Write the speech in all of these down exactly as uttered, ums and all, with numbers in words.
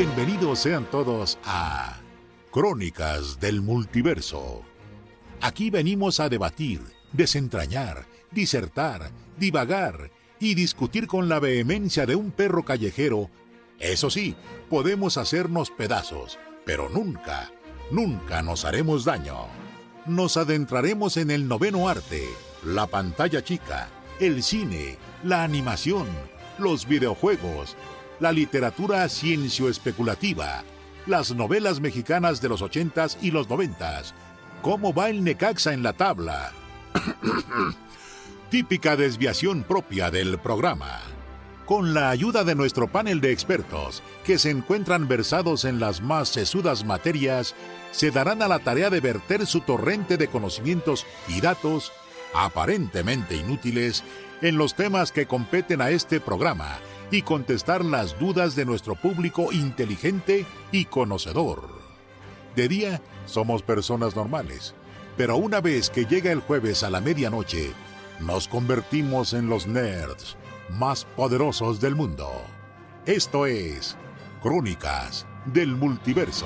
Bienvenidos sean todos a Crónicas del Multiverso. Aquí venimos a debatir, desentrañar, disertar, divagar y discutir con la vehemencia de un perro callejero. Eso sí, podemos hacernos pedazos, pero nunca, nunca nos haremos daño. Nos adentraremos en el noveno arte, la pantalla chica, el cine, la animación, los videojuegos, la literatura ciencio-especulativa, las novelas mexicanas de los ochentas y los noventas, cómo va el Necaxa en la tabla. Típica desviación propia del programa. Con la ayuda de nuestro panel de expertos, que se encuentran versados en las más sesudas materias, se darán a la tarea de verter su torrente de conocimientos y datos, aparentemente inútiles, en los temas que competen a este programa y contestar las dudas de nuestro público inteligente y conocedor. De día, somos personas normales, pero una vez que llega el jueves a la medianoche, nos convertimos en los nerds más poderosos del mundo. Esto es Crónicas del Multiverso.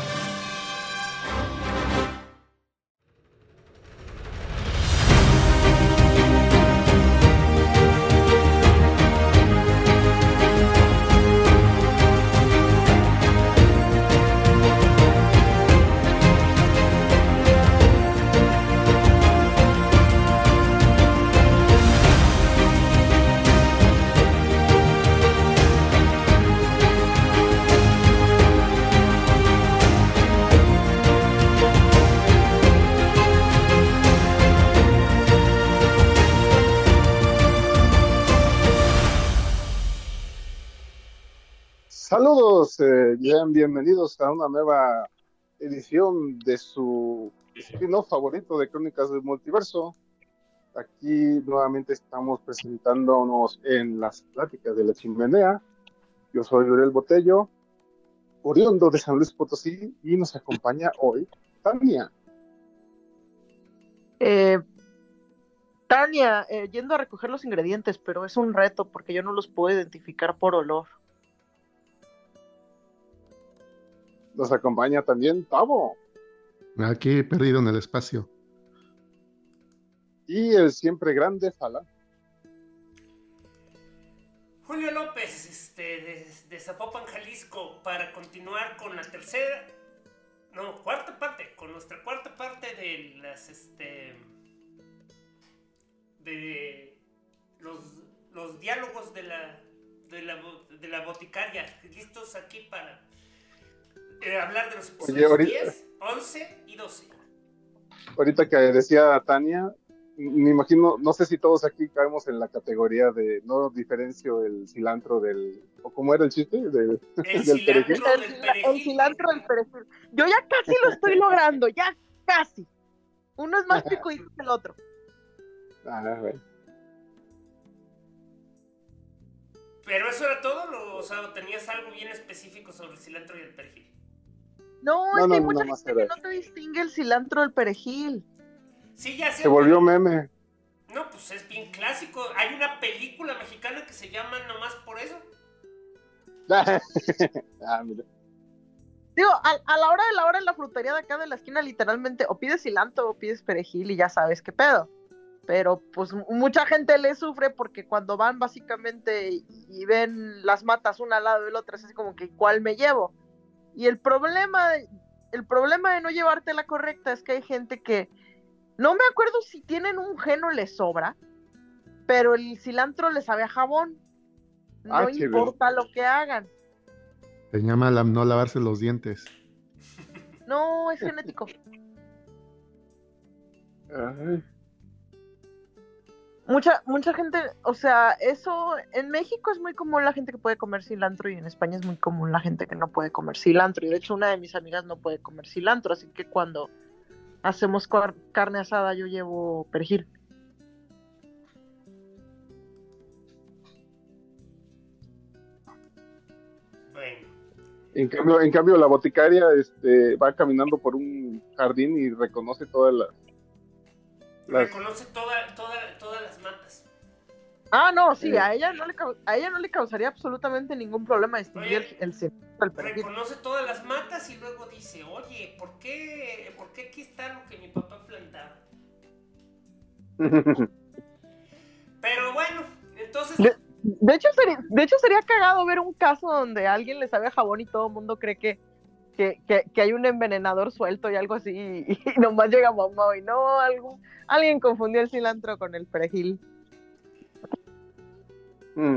Saludos, eh, sean bienvenidos a una nueva edición de su spin-off favorito de Crónicas del Multiverso. Aquí nuevamente estamos presentándonos en las pláticas de la chimenea. Yo soy Uriel Botello, oriundo de San Luis Potosí, y nos acompaña hoy Tania. Eh, Tania, eh, yendo a recoger los ingredientes, pero es un reto porque yo no los puedo identificar por olor. Nos acompaña también Tavo. Aquí perdido en el espacio. Y el siempre grande Fala. Julio López, este, de, de Zapopan, Jalisco, para continuar con la tercera, no, cuarta parte, con nuestra cuarta parte de las, este, de los, los diálogos de la, de la, de la boticaria, listos aquí para eh, hablar de los episodios Oye, ahorita, diez, once y doce. Ahorita que decía Tania, me imagino, no sé si todos aquí caemos en la categoría de no diferencio el cilantro del, o cómo era el chiste, del, El del cilantro perejil. El, del cila- perejil. el cilantro del perejil. Yo ya casi lo estoy logrando, ya casi. Uno es más picudito que el otro. Ah, bueno. Pero eso era todo, ¿no? O sea, ¿tenías algo bien específico sobre el cilantro y el perejil? No, No, es que hay no, mucha nada más gente que era no te distingue el cilantro del perejil. Sí, ya sé. Se volvió meme. No, pues es bien clásico. Hay una película mexicana que se llama Nomás por eso. Ah, mira. Digo, a, a la hora de la hora en la frutería de acá de la esquina, literalmente, o pides cilantro o pides perejil y ya sabes qué pedo. Pero pues m- mucha gente le sufre porque cuando van básicamente y, y ven las matas una al lado del otro, es así como que ¿cuál me llevo? Y el problema, el problema de no llevarte la correcta es que hay gente que no me acuerdo si tienen un gen o les sobra, pero el cilantro les sabe a jabón. No Ah, qué importa lo que hagan. Se llama la- no lavarse los dientes. No, es genético. Ay, Mucha, mucha gente, o sea, eso en México es muy común la gente que puede comer cilantro y en España es muy común la gente que no puede comer cilantro. Y de hecho una de mis amigas no puede comer cilantro, así que cuando hacemos car- carne asada yo llevo perejil. Bueno, En cambio, en cambio la boticaria este, va caminando por un jardín y reconoce todas las... las... reconoce toda, toda, todas las matas. Ah, no, sí, Eh. a ella no le cau- a ella no le causaría absolutamente ningún problema distinguir Oye, el cemento del perejil. Reconoce todas las matas y luego dice, oye, ¿por qué, ¿por qué aquí está lo que mi papá plantaba? Pero bueno, entonces... De, de hecho sería, de hecho sería cagado ver un caso donde alguien le sabe a jabón y todo el mundo cree que, que, que, que hay un envenenador suelto y algo así, y, y nomás llega mamá y no, algo, alguien confundió el cilantro con el perejil. Mm.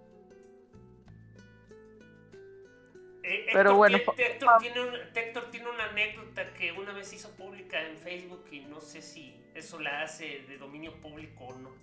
Eh, Pero Héctor, bueno, tiene, Héctor, tiene un- Héctor tiene una anécdota que una vez hizo pública en Facebook y no sé si eso la hace de dominio público o no.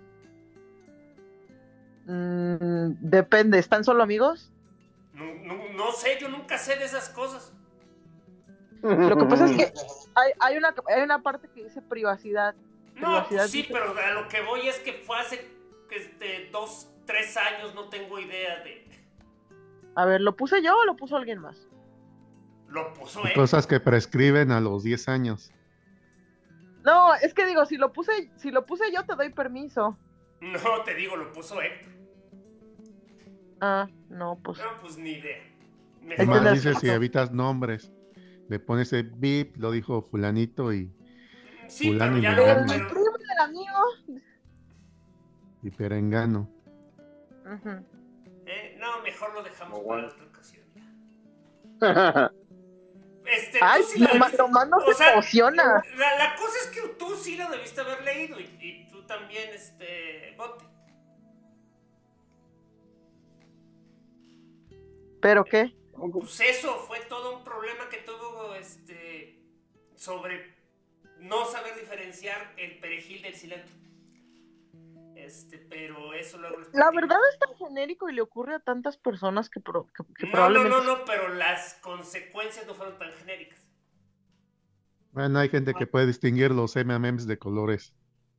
Mm, depende, ¿están solo amigos? No, no, no sé, yo nunca sé de esas cosas. Lo que pasa es que hay, hay, una, hay una parte que dice privacidad. No, Privacidad pues sí, dice- pero a lo que voy es que fue hace este, dos, tres años, no tengo idea de... A ver, ¿lo puse yo o lo puso alguien más? Lo puso Hay él. cosas que prescriben a los diez años. No, es que digo, si lo puse, si lo puse yo te doy permiso. No, te digo, lo puso Héctor. Ah, no, pues. No, pues ni idea. Ahí Además tienes dice si razón. evitas nombres. Le pones el bip, lo dijo fulanito y, Sí, fulano pero ya y no, mengano. El pero... primo del amigo. y perengano. Ujú. eh, no, mejor lo dejamos Oh, para bueno. otra ocasión. ya. Este, Ay, tú sí la nomás, debiste- nomás no o se sea, emociona. La, la cosa es que tú sí la debiste haber leído y, y tú también, este, Bote. ¿Pero qué? Pues eso fue todo un problema que tuvo, este, sobre no saber diferenciar el perejil del cilantro. Este, pero eso luego les La platico. verdad es tan genérico y le ocurre a tantas personas que, pro- que, que No, probablemente... no, no, no, pero las consecuencias no fueron tan genéricas. Bueno, hay gente que puede distinguir los eme eme es de colores.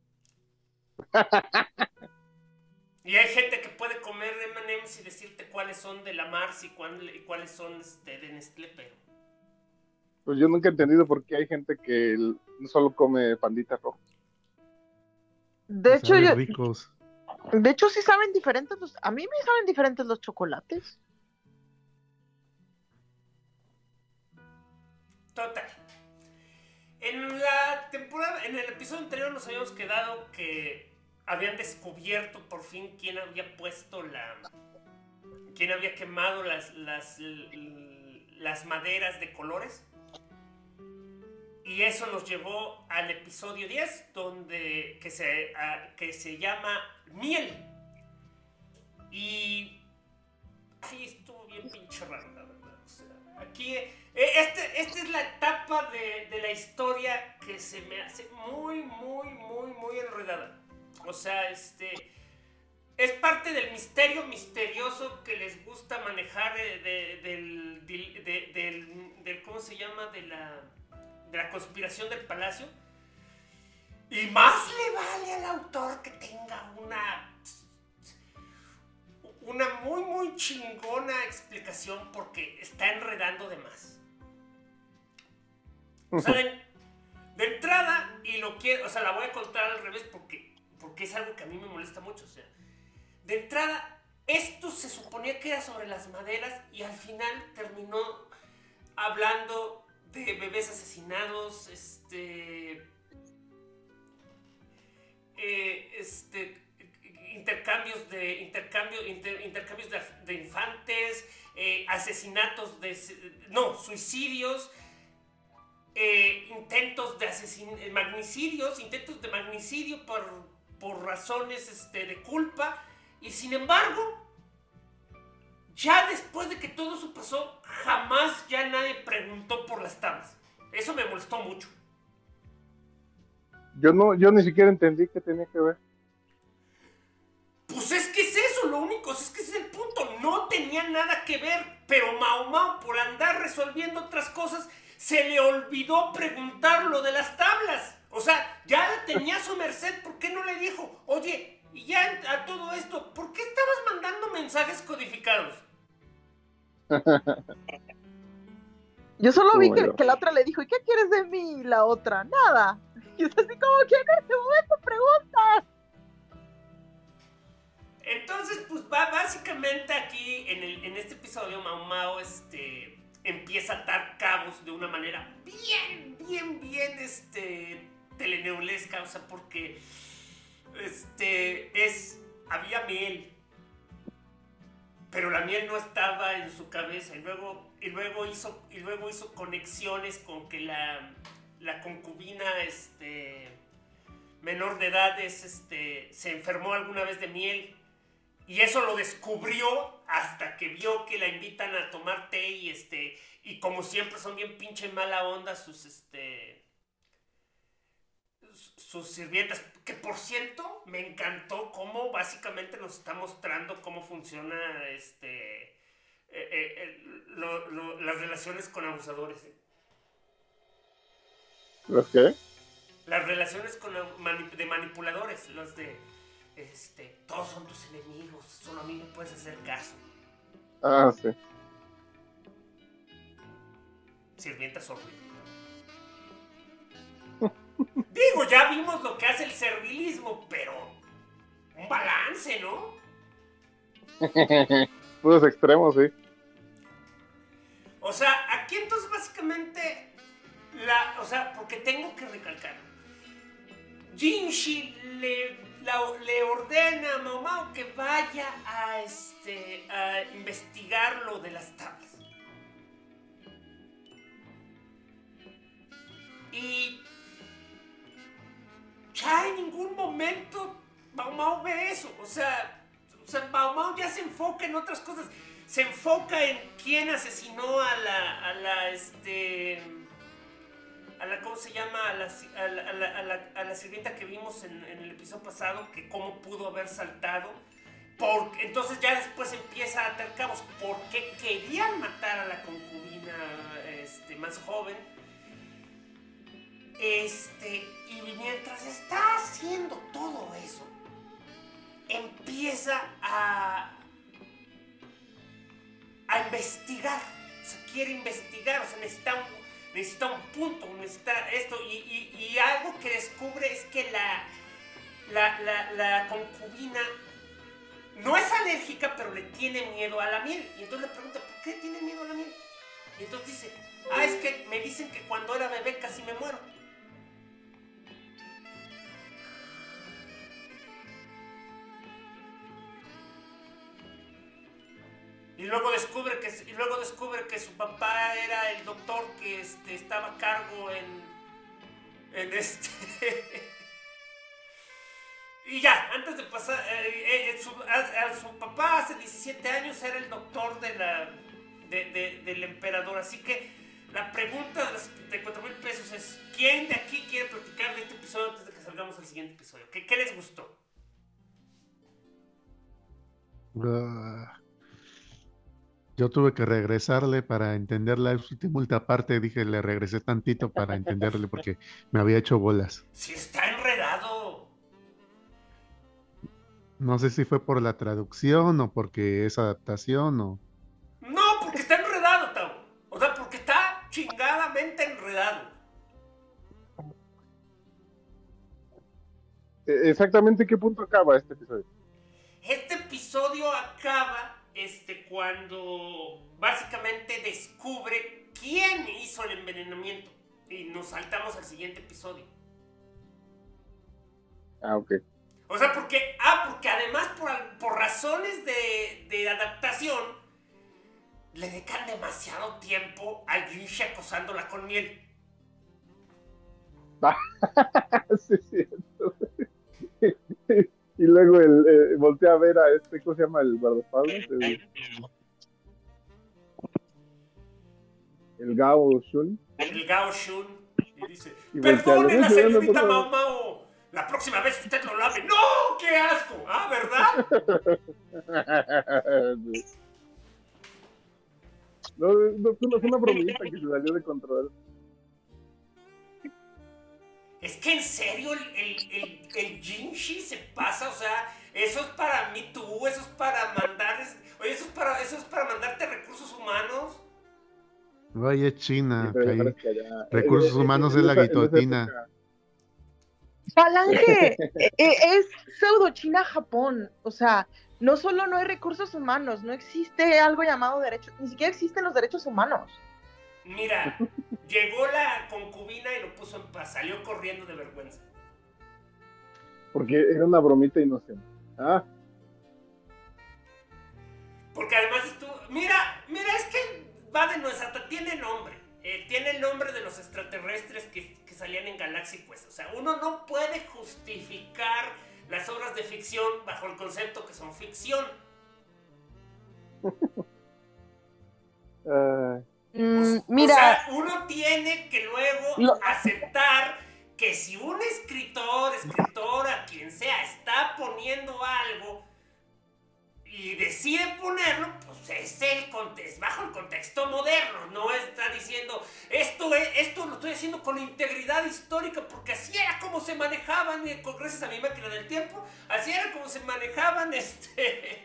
Y hay gente que puede comer eme and eme's y decirte cuáles son de la Mars y, cuál- y cuáles son este, de Nestlé, pero... Pues yo nunca he entendido por qué hay gente que el- solo come panditas rojas. De hecho, Saben yo, ricos. de hecho sí saben diferentes los... A mí me saben diferentes los chocolates. Total. En la temporada, en el episodio anterior nos habíamos quedado que habían descubierto por fin quién había puesto la... quién había quemado las, las, las maderas de colores. Y eso nos llevó al episodio diez, donde, que, se, a, que se llama Miel. Y... Ay, estuvo bien pinche raro, la verdad. O sea, aquí... Eh, este, esta es la etapa de, de la historia que se me hace muy, muy, muy, muy enredada. O sea, este... Es parte del misterio misterioso que les gusta manejar de, de, del, del, de, del, del... ¿Cómo se llama? De la... de la conspiración del palacio. Y más le vale al autor que tenga una una muy muy chingona explicación, porque está enredando de más. O sea, de, de entrada, y lo quiero, o sea, la voy a contar al revés porque, porque es algo que a mí me molesta mucho. O sea, de entrada, esto se suponía que era sobre las maderas y al final terminó hablando de bebés asesinados, este, eh, este, intercambios de, intercambio, inter, intercambios de, de infantes, eh, asesinatos de, no, suicidios, eh, intentos de asesin, magnicidios, intentos de magnicidio por, por razones, este, de culpa, y sin embargo, ya después de que todo eso pasó, jamás ya nadie preguntó por las tablas. Eso me molestó mucho. Yo no, yo ni siquiera entendí qué tenía que ver. Pues es que es eso, lo único, es que ese es el punto. No tenía nada que ver, pero Mao Mao, por andar resolviendo otras cosas, se le olvidó preguntar lo de las tablas. O sea, ya la tenía a su merced, ¿por qué no le dijo? Oye, y ya a todo esto, ¿por qué estabas mandando mensajes codificados? Yo solo vi Oh, que, Dios. que la otra le dijo, ¿y qué quieres de mí? Y la otra, nada. Y es así como, ¿quién en este momento pregunta? Entonces, pues va básicamente aquí, en, el, en este episodio, Mao Mao este, empieza a atar cabos de una manera bien, bien, bien este, telenovelesca, o sea, porque este, es, había miel, pero la miel no estaba en su cabeza, y luego, y luego, hizo, y luego hizo conexiones con que la, la concubina este, menor de edad es, este, se enfermó alguna vez de miel. Y eso lo descubrió hasta que vio que la invitan a tomar té y este y como siempre son bien pinche mala onda sus este sus sirvientas, que por cierto me encantó cómo básicamente nos está mostrando cómo funciona este eh, eh, lo, lo, las relaciones con abusadores. ¿eh? ¿Los qué? Las relaciones con manip- de manipuladores, los de Este, todos son tus enemigos, solo a mí me puedes hacer caso. Ah, sí. Sirvienta horrible. Digo, ya vimos lo que hace el servilismo, pero un balance, ¿no? Puros extremos, sí. O sea, aquí entonces básicamente la, o sea, porque tengo que recalcar, Jinshi le La, le ordena a Mao Mao que vaya a, este, a investigar lo de las tablas. Y ya en ningún momento Mao Mao ve eso. O sea, o sea, Mao Mao ya se enfoca en otras cosas. Se enfoca en quién asesinó a la, a la, este... a la, ¿cómo se llama? A la, a la, a la, a la, a la sirvienta que vimos en, en el episodio pasado, que cómo pudo haber saltado. Porque, entonces ya después empieza a atar cabos. ¿Por qué querían matar a la concubina este, más joven? Este, y mientras está haciendo todo eso, empieza a, a investigar. O sea, quiere investigar, o sea, necesita un necesita un punto, necesita esto, y, y, y algo que descubre es que la, la, la, la concubina no es alérgica, pero le tiene miedo a la miel. Y entonces le pregunta, ¿por qué tiene miedo a la miel? Y entonces dice, ah, es que me dicen que cuando era bebé casi me muero. Y luego descubre que y luego descubre que su papá era el doctor que este, estaba a cargo en en este y ya, antes de pasar eh, eh, su, a, a su papá hace diecisiete años era el doctor de la de, de, del emperador, así que la pregunta de los de cuatro mil pesos es, ¿quién de aquí quiere platicar de este episodio antes de que salgamos al siguiente episodio? ¿Qué, qué les gustó? Uh, yo tuve que regresarle para entender la última parte. Dije, le regresé tantito para entenderle porque me había hecho bolas. Si está enredado. No sé si fue por la traducción o porque es adaptación o... No, porque está enredado, Tavo. O sea, porque está chingadamente enredado. Exactamente, ¿qué punto acaba este episodio? Este episodio acaba este, cuando básicamente descubre quién hizo el envenenamiento. Y nos saltamos al siguiente episodio. Ah, ok. O sea, porque, ah, porque además por, por razones de, de adaptación le dedican demasiado tiempo a Jinshi acosándola con miel. Sí, es cierto. Y luego el, eh, voltea a ver a este, ¿cómo se llama? El guardaespaldas. El, el Gao Shun. El Gao Shun. Y dice, Y perdone la voltea, señorita no, no, Mao Mao. La próxima vez usted lo lave. ¡No! ¡Qué asco! Ah, ¿verdad? No, no, fue una, fue una bromita que se salió de control. Es que en serio el, el, el, el Jinshi se pasa, o sea, eso es para mí tú, eso es para mandar, oye, eso es para, eso es para mandarte recursos humanos. Vaya China, Sí, que ahí que allá, recursos eh, humanos eh, es la en esa guillotina. época. Falange, eh, es pseudo China Japón, o sea, no solo no hay recursos humanos, no existe algo llamado derechos, ni siquiera existen los derechos humanos. Mira, llegó la concubina y lo puso en paz, salió corriendo de vergüenza. Porque era una bromita inocente. Ah. Porque además estuvo... Mira, mira, es que va de nuestra... Tiene nombre. Eh, tiene el nombre de los extraterrestres que, que salían en Galaxy Quest. O sea, uno no puede justificar las obras de ficción bajo el concepto que son ficción. uh... Mm, mira, o sea, uno tiene que luego lo... aceptar que si un escritor, escritora, quien sea, está poniendo algo y decide ponerlo, pues es el contexto, bajo el contexto moderno, no está diciendo esto, es, esto lo estoy haciendo con integridad histórica porque así era como se manejaban, gracias a mi máquina del tiempo, así era como se manejaban este...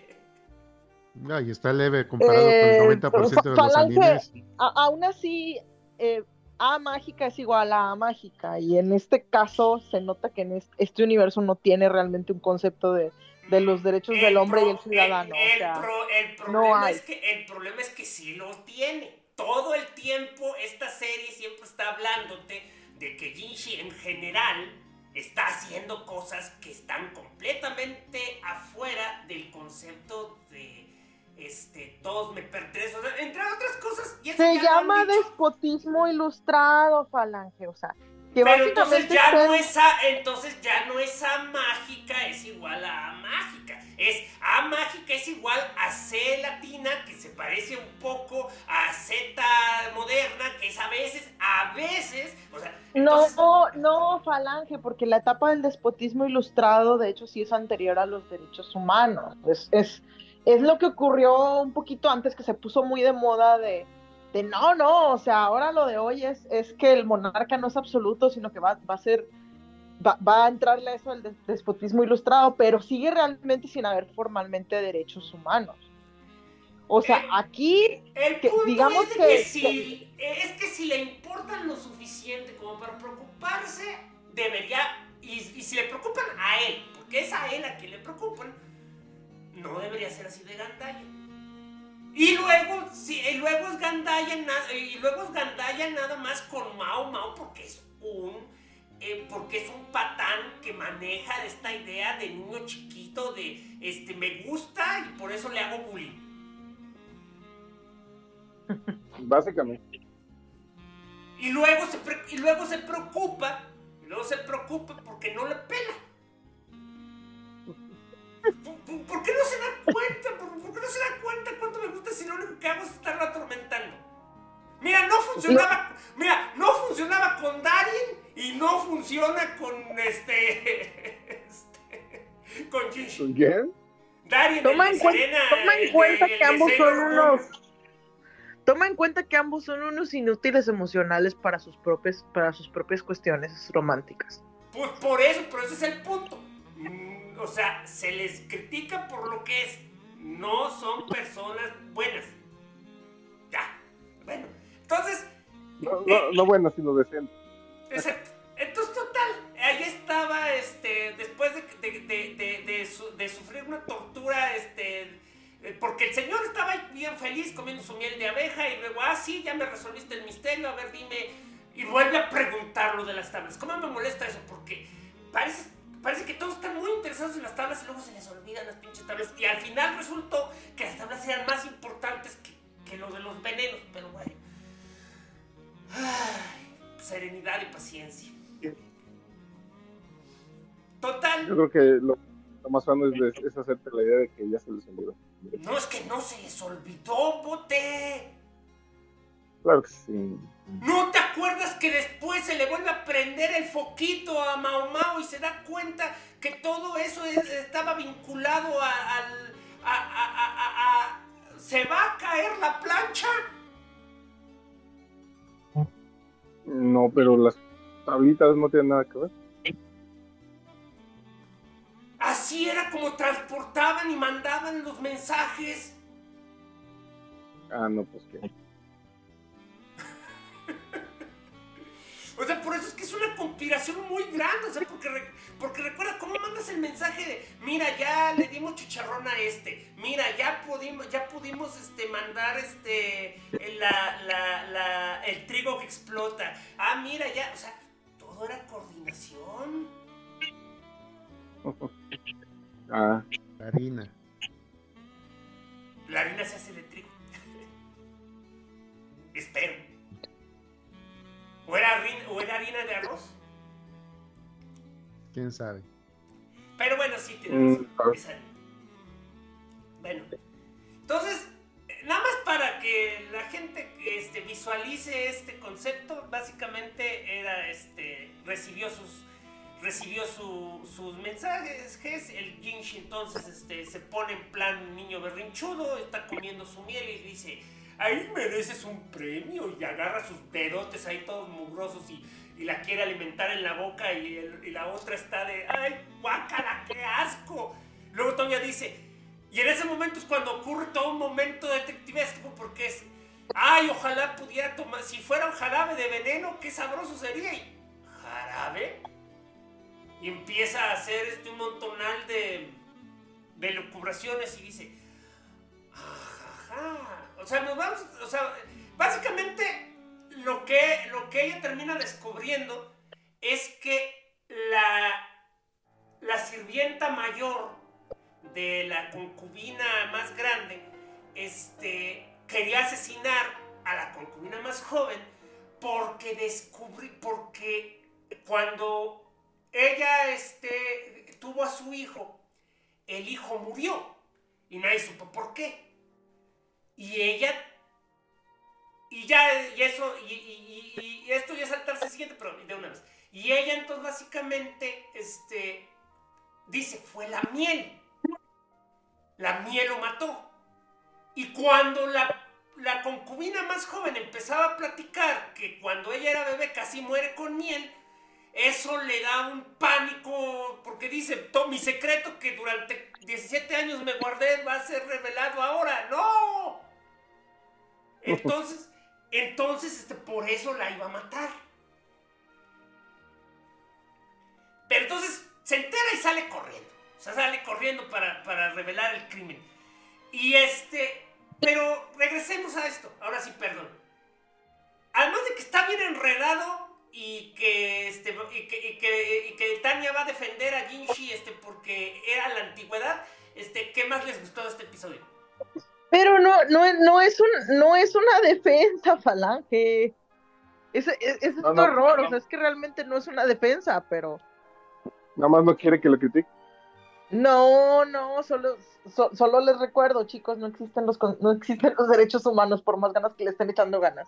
No, y está leve comparado eh, con el noventa por ciento de los animes. A, aún así, eh, A mágica es igual a A mágica, y en este caso se nota que en este, este universo no tiene realmente un concepto de, de los derechos el del hombre pro, y el ciudadano. El, el, o sea, pro, el, problema no hay. es que, el problema es que sí lo tiene. Todo el tiempo esta serie siempre está hablándote de que Jinshi en general está haciendo cosas que están completamente afuera del concepto de este, todos me pertenecen, o sea, entre otras cosas. Y se llama despotismo ilustrado, Falange, o sea, que pero entonces ya estén... no es a, entonces ya no es A mágica, es igual a A mágica. Es A mágica es igual a C latina, que se parece un poco a Z moderna, que es a veces, a veces, o sea, entonces... No, no, Falange, porque la etapa del despotismo ilustrado, de hecho, sí es anterior a los derechos humanos. Es, es, es lo que ocurrió un poquito antes, que se puso muy de moda de, de no, no, o sea, ahora lo de hoy es, es que el monarca no es absoluto, sino que va, va a ser, va, va a entrarle a eso el despotismo ilustrado, pero sigue realmente sin haber formalmente derechos humanos. O sea, el, aquí, el que, punto digamos es que, que, si, que... es que si le importan lo suficiente como para preocuparse, debería, y, y si le preocupan a él, porque es a él a quien le preocupan, no debería ser así de gandalla. Y luego, sí, y luego es gandalla, y luego es gandalla nada más con Mao Mao porque es un, eh, porque es un patán que maneja esta idea de niño chiquito de, este, me gusta y por eso le hago bullying. Básicamente. Y luego se, pre- y luego se preocupa, y luego se preocupa porque no le pela. ¿Por, por qué no se da cuenta? ¿Por, ¿Por qué no se da cuenta cuánto me gusta si lo único que hago es estarlo atormentando? Mira, no funcionaba, mira, no funcionaba con Darien y no funciona con este, este con Jinshi. ¿Con quién? Darien, toma el en, de cuen- Serena, toma en el cuenta de, que el ambos de son Sailor unos Moon. Toma en cuenta que ambos son unos inútiles emocionales para sus propias, para sus propias cuestiones románticas. Pues por eso, pero ese es el punto. Mm, o sea, se les critica por lo que es. No son personas buenas. Ya. Bueno, entonces... No, no, eh, no buenas, sino decentes. Exacto. Entonces, total, ahí estaba, este, después de, de, de, de, de, su, de sufrir una tortura, este... porque el señor estaba bien feliz comiendo su miel de abeja y luego, ah, sí, ya me resolviste el misterio, a ver, dime, y vuelve a preguntar lo de las tablas. ¿Cómo me molesta eso? Porque parece, parece que todos están muy interesados en las tablas y luego se les olvidan las pinches tablas. Y al final resultó que las tablas eran más importantes que, que lo de los venenos, pero bueno. Ay, serenidad y paciencia. Total. Yo creo que lo... Lo más sano es, de, es hacerte la idea de que ya se les olvidó. No, es que no se les olvidó, bote. Claro que sí. ¿No te acuerdas que después se le vuelve a prender el foquito a Mao Mao y se da cuenta que todo eso es, estaba vinculado a, al... A, a, a, a, a, ¿se va a caer la plancha? No, pero las tablitas no tienen nada que ver. Así era como transportaban y mandaban los mensajes. Ah, no, pues qué. O O sea, por eso es que es una conspiración muy grande, o sea, porque, porque recuerda cómo mandas el mensaje de, mira, ya le dimos chicharrón a este, mira, ya pudimos, ya pudimos este, mandar este, la, la, la, el trigo que explota, ah, mira, ya, o sea, todo era coordinación. Ah. La harina. La harina se hace de trigo. Espero. ¿O era, harina, ¿O era harina de arroz? ¿Quién sabe? Pero bueno, sí, tiene razón. Mm, bueno. Entonces, nada más para que la gente este, visualice este concepto, básicamente era, este, recibió sus... recibió su, sus mensajes, el Jinshi entonces este, se pone en plan niño berrinchudo, está comiendo su miel y dice, ahí mereces un premio, y agarra sus dedotes ahí todos mugrosos y, y la quiere alimentar en la boca y, el, y la otra está de, ay, guácala, qué asco. Luego Tonya dice, y en ese momento es cuando ocurre todo un momento detectivesco porque es, ay, ojalá pudiera tomar, si fuera un jarabe de veneno, qué sabroso sería. Y, ¿jarabe? Y empieza a hacer este un montonal de, de lucubraciones y dice, ajaja. O sea, nos vamos, o sea, básicamente lo que, lo que ella termina descubriendo es que la, la sirvienta mayor de la concubina más grande este, quería asesinar a la concubina más joven porque descubrí, porque cuando ella este, tuvo a su hijo, el hijo murió y nadie supo por qué. Y ella, y ya, y eso, y, y, y, y esto ya saltarse el siguiente, pero de una vez. Y ella entonces básicamente, este, dice, fue la miel. La miel lo mató. Y cuando la, la concubina más joven empezaba a platicar que cuando ella era bebé casi muere con miel, eso le da un pánico, porque dice, mi secreto que durante diecisiete años me guardé va a ser revelado ahora. ¡No! Entonces, entonces este, por eso la iba a matar. Pero entonces se entera y sale corriendo. O sea, sale corriendo para, para revelar el crimen. Y este, pero regresemos a esto. Ahora sí, perdón. Además de que está bien enredado y que, este, y que, y que, y que Tanya va a defender a Jinshi este, porque era la antigüedad, este, ¿qué más les gustó de este episodio? Pero no, no, no, es, un, no es una defensa, Falange. Ese, ese es no, tu no, error, no. O sea, es que realmente no es una defensa, pero... Nada más no quiere que lo critique. No, no, solo, so, solo les recuerdo, chicos, no existen los no existen los derechos humanos por más ganas que le estén echando ganas.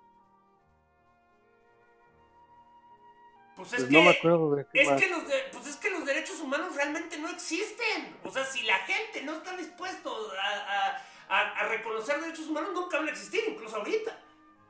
Pues es Pues que, no me acuerdo de qué es más. que los de, pues es que los derechos humanos realmente no existen. O sea, si la gente no está dispuesto a, a, a, a reconocer derechos humanos, nunca van a existir, incluso ahorita.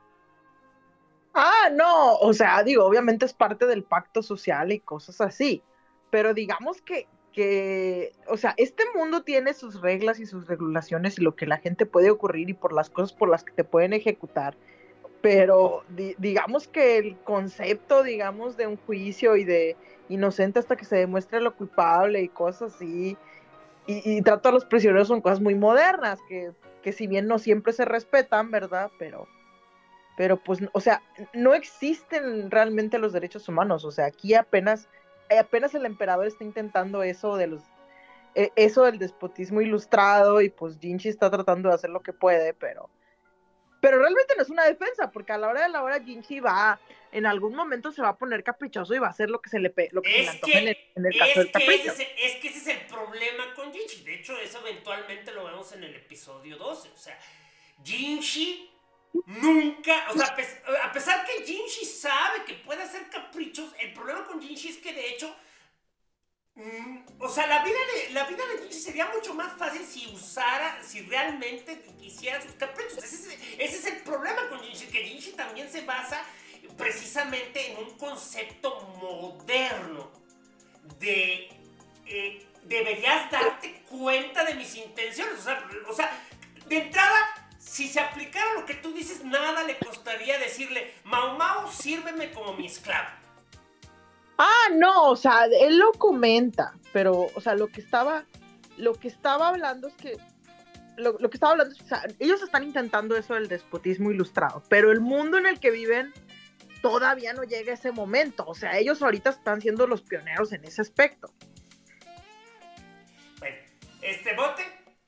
Ah, no, o sea, digo, obviamente es parte del pacto social y cosas así, pero digamos que, que, o sea, este mundo tiene sus reglas y sus regulaciones y lo que la gente puede ocurrir y por las cosas por las que te pueden ejecutar, pero di, digamos que el concepto, digamos, de un juicio y de inocente hasta que se demuestre lo culpable y cosas así, y, y trato a los prisioneros son cosas muy modernas, que, que si bien no siempre se respetan, ¿verdad? Pero... pero pues, o sea, no existen realmente los derechos humanos, o sea, aquí apenas, apenas el emperador está intentando eso de los, eh, eso del despotismo ilustrado, y pues Jinchi está tratando de hacer lo que puede, pero, pero realmente no es una defensa, porque a la hora de la hora Jinchi va, en algún momento se va a poner caprichoso y va a hacer lo que se le, pe lo que se le antoje en el, en el caso del capricho. Ese, es que ese es el problema con Jinchi, de hecho eso eventualmente lo vemos en el episodio doce, o sea, Jinchi nunca, o sea, a pesar que Jinshi sabe que puede hacer caprichos, el problema con Jinshi es que de hecho, mmm, o sea, la vida de, la vida de Jinshi sería mucho más fácil si usara, si realmente hiciera sus caprichos. Ese es, ese es el problema con Jinshi, que Jinshi también se basa precisamente en un concepto moderno de eh, deberías darte cuenta de mis intenciones, o sea, o sea de entrada, si se aplicara lo que tú dices, nada le costaría decirle, Mau Mau, sírveme como mi esclavo. Ah, no, o sea, él lo comenta, pero, o sea, lo que estaba, lo que estaba hablando es que, lo, lo que estaba hablando es, o sea, ellos están intentando eso del despotismo ilustrado, pero el mundo en el que viven todavía no llega a ese momento, o sea, ellos ahorita están siendo los pioneros en ese aspecto. Bueno, este bote.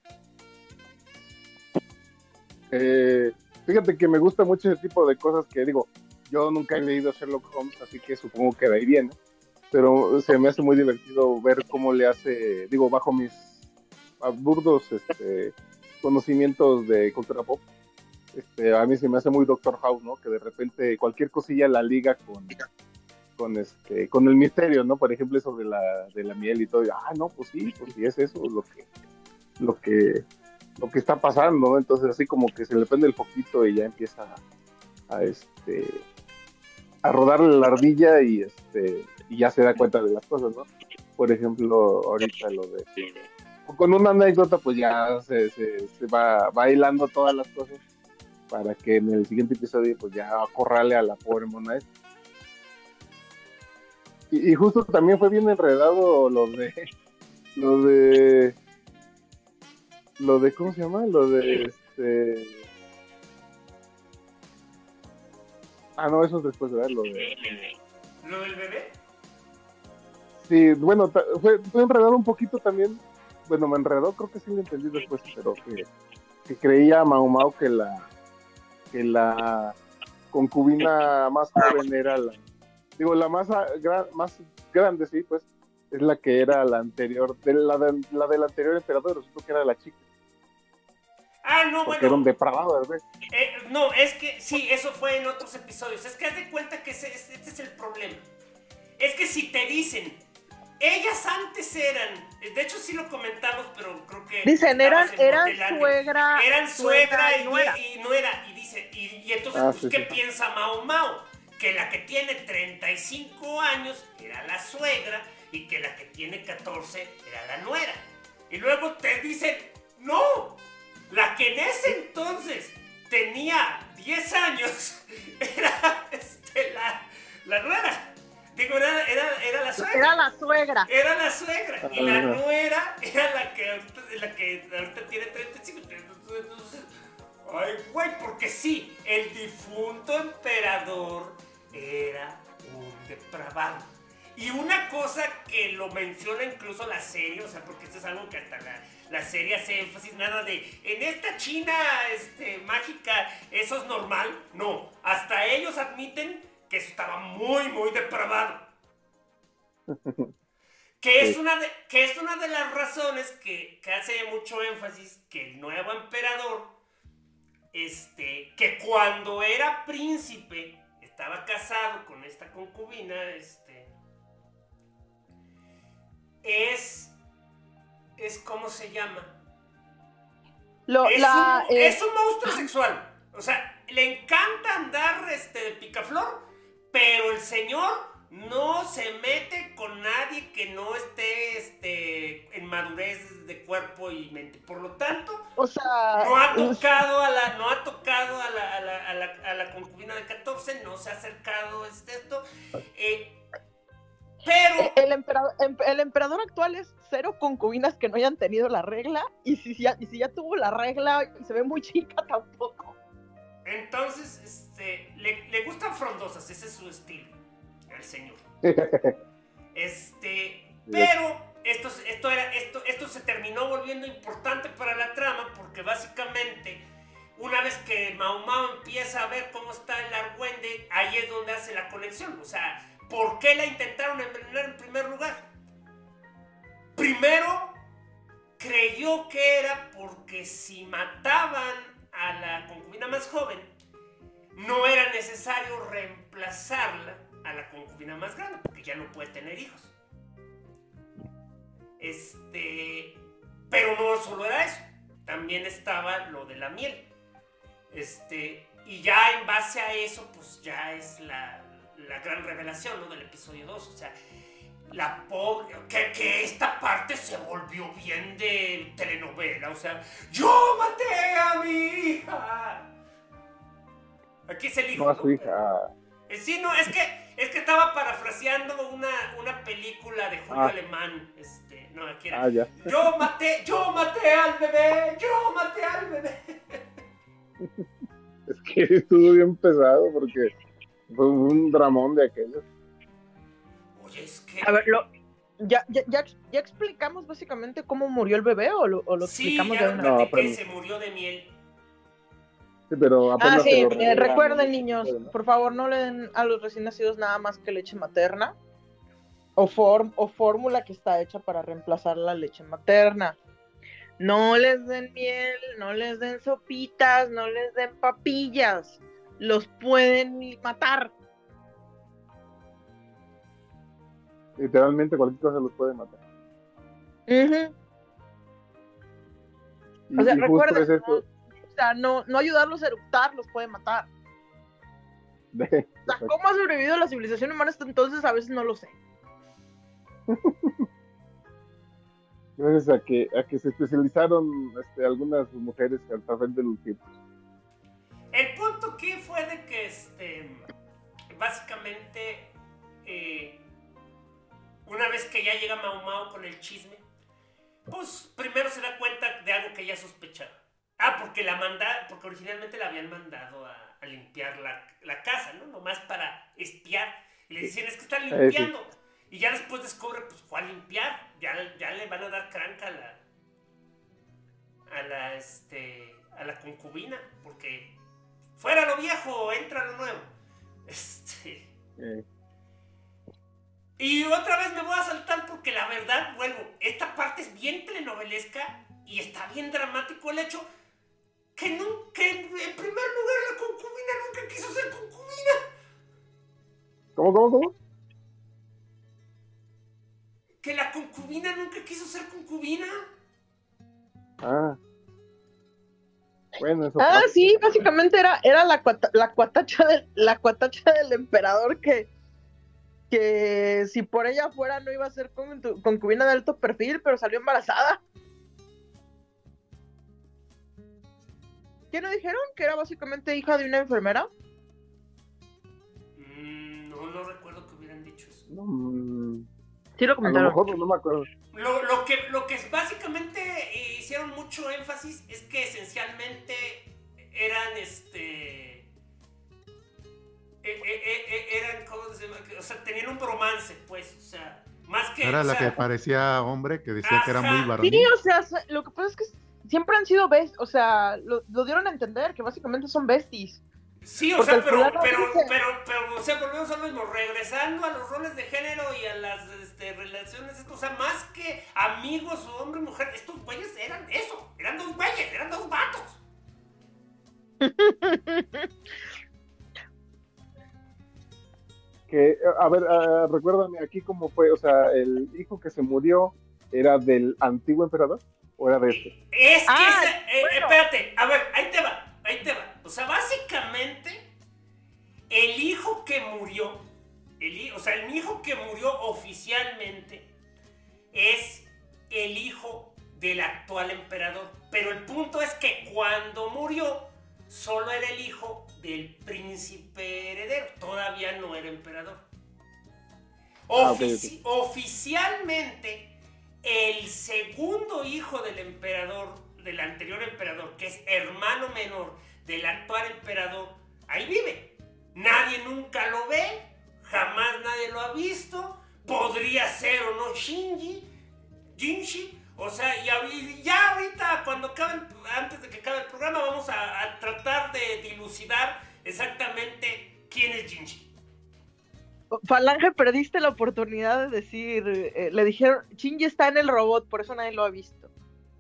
Eh, fíjate que me gusta mucho ese tipo de cosas que digo, yo nunca he leído Sherlock Holmes, así que supongo que de ahí viene, pero se me hace muy divertido ver cómo le hace, digo, bajo mis burdos este, conocimientos de cultura pop, este, a mí se me hace muy Doctor House, ¿no? Que de repente cualquier cosilla la liga con, con, este, con el misterio, ¿no? Por ejemplo, eso de la, de la miel y todo, y, ah, no, pues sí, pues sí, es eso lo que, lo que, lo que está pasando, ¿no? Entonces así como que se le prende el foquito y ya empieza a, a este... a rodarle la ardilla y este y ya se da cuenta de las cosas, ¿no? Por ejemplo, ahorita lo de con una anécdota pues ya se, se, se va, va hilando todas las cosas para que en el siguiente episodio pues ya acorrale a la pobre mona esta. Y, y justo también fue bien enredado lo de lo de lo de ¿cómo se llama? Lo de este Ah, no, eso es después de verlo. De... ¿Lo del bebé? Sí, bueno, ta- fue, fue enredado un poquito también. Bueno, me enredó, creo que sí lo entendí después, pero que, que creía Mau Mau que la que la concubina más joven era la... Digo, la más, gra- más grande, sí, pues, es la que era la anterior, de la, de, la del anterior emperador, resultó que era la chica. Ah, no, Porque bueno. era un depravado, ¿verdad? Eh, no, es que sí, eso fue en otros episodios. Es que haz de cuenta que ese, este es el problema. Es que si te dicen, ellas antes eran, de hecho sí lo comentamos, pero creo que dicen eran eran Botelane. suegra, eran suegra y, y nuera. y nuera y dice y, y entonces Ah, pues sí, qué sí. piensa Mau Mau, que la que tiene treinta y cinco años era la suegra y que la que tiene catorce era la nuera. Y luego te dicen, no, la que en ese entonces tenía diez años era este, la, la nuera. Digo, era, era, era la suegra. Era la suegra. Era la suegra. Y la Ah. nuera era la que ahorita, la que ahorita tiene treinta y cinco. Entonces, ay, güey, porque sí, el difunto emperador era un depravado. Y una cosa que lo menciona incluso la serie, o sea, porque esto es algo que hasta la, la serie hace énfasis, nada de, en esta China este, mágica, eso es normal. No, hasta ellos admiten que eso estaba muy, muy depravado. Que es, una de, que es una de las razones que, que hace mucho énfasis que el nuevo emperador, este, que cuando era príncipe, estaba casado con esta concubina, este, es, es ¿cómo se llama? Lo, Es, la, un, eh, es un monstruo sexual. O sea, le encanta andar este, de picaflor, pero el señor no se mete con nadie que no esté este, en madurez de cuerpo y mente. Por lo tanto, o sea, no ha tocado a la, no ha tocado a la, a la, a la, a la concubina de catorce, no se ha acercado este, esto. Eh, pero el emperador, el emperador actual es cero concubinas que no hayan tenido la regla, y si ya, y si ya tuvo la regla y se ve muy chica tampoco. entonces este, le, le gustan frondosas, ese es su estilo, el señor. Este, pero esto, esto, era, esto, esto se terminó volviendo importante para la trama porque básicamente una vez que Mau Mau empieza a ver cómo está el argüende, ahí es donde hace la conexión. O sea, ¿por qué la intentaron envenenar en primer lugar? Primero creyó que era porque si mataban a la concubina más joven, no era necesario reemplazarla a la concubina más grande, porque ya no puede tener hijos. Este, pero no solo era eso, también estaba lo de la miel. Este, y ya en base a eso, pues ya es la, la gran revelación, ¿no? Del episodio dos. O sea, la pobre, que, que esta parte se volvió bien de telenovela, o sea, yo maté a mi hija. Aquí es el hijo, No, a su ¿no? hija. Eh, Sí, no, es que, es que estaba parafraseando una, una película de Julio Ah. Alemán, este, no, aquí era, Ah, ya. yo maté, yo maté al bebé, yo maté al bebé. Es que estuvo bien pesado porque fue un dramón de aquellos. Oye, es que... A ver, lo, ya, ya, ya, ya explicamos básicamente cómo murió el bebé o lo, o lo Sí, explicamos ya de lo una No, platiqué, pero- se murió de miel. Sí, pero Ah, apenas sí, se lo eh, revelan, recuerden, ¿no? niños, por favor, no le den a los recién nacidos nada más que leche materna o, form, o fórmula que está hecha para reemplazar la leche materna. No les den miel, no les den sopitas, no les den papillas. Los pueden matar. Literalmente cualquier cosa los puede matar. Ujú. Y, O sea, y justo recuerden, es esto. O sea, no, no ayudarlos a eructar los puede matar. De, O sea, ¿cómo ha sobrevivido la civilización humana hasta entonces? A veces no lo sé. gracias a que, a que se especializaron este, algunas mujeres al través de los tiempos. El punto aquí fue de que, este, básicamente, eh, una vez que ya llega Mau Mau con el chisme, pues primero se da cuenta de algo que ya sospechaba. Ah, porque la manda, porque originalmente la habían mandado a, a limpiar la, la casa, ¿no? Nomás para espiar. Y le dicen, es que están limpiando. Y ya después descubre, pues, ¿cuál limpiar? Ya, ya le van a dar cranca a la, a la, este, a la concubina, porque fuera lo viejo, entra lo nuevo. Este... Eh, Y otra vez me voy a saltar porque la verdad, vuelvo, esta parte es bien telenovelesca y está bien dramático el hecho que, no, que en primer lugar la concubina nunca quiso ser concubina. ¿Cómo, cómo, cómo? Que la concubina nunca quiso ser concubina. Ah. Bueno, eso Ah, pasa. sí, básicamente era, era la, cuata, la, cuatacha del, la cuatacha del emperador que, que si por ella fuera no iba a ser con, concubina de alto perfil, pero salió embarazada. ¿Qué no dijeron? ¿Que era básicamente hija de una enfermera? Mm, no, no recuerdo que hubieran dicho eso. No, mm, Sí lo a lo comentaron. mejor no me acuerdo. Lo, lo que, lo que básicamente eh, hicieron mucho énfasis es que esencialmente eran este... Eh, eh, eh, eh, eran, ¿cómo se llama? O sea, tenían un bromance, pues, o sea, más que... Era o la sea, que parecía hombre, que decía que era muy Ajá. varonil. Sí, o sea, lo que pasa es que siempre han sido besties, o sea, lo, lo dieron a entender, que básicamente son besties. Sí, o Porque sea, el pero, fulano pero, dice- pero, pero, o sea, volvemos a lo mismo, regresando a los roles de género y a las este, relaciones, o sea, más que amigos o hombre y mujer, estos güeyes eran eso, eran dos güeyes, eran dos vatos. Que, a ver, ah, recuérdame aquí cómo fue, o sea, el hijo que se murió era del antiguo emperador o era de este. Es que, Ah, esa- eh, bueno. espérate, a ver, ahí te va, ahí te va. O sea, básicamente, el hijo que murió, el, hi- o sea, el hijo que murió oficialmente es el hijo del actual emperador. Pero el punto es que cuando murió, solo era el hijo del príncipe heredero, todavía no era emperador. Ah, ok, Ofici- Oficialmente, el segundo hijo del emperador, del anterior emperador, que es hermano menor del actual emperador, ahí vive. Nadie nunca lo ve, jamás nadie lo ha visto. Podría ser o no Shinji, Jinshi. O sea, y ahori- ya ahorita, cuando acabe, antes de que acabe el programa, vamos a, a tratar de dilucidar exactamente quién es Jinshi. Falange, perdiste la oportunidad de decir, eh, le dijeron, Shinji está en el robot, por eso nadie lo ha visto.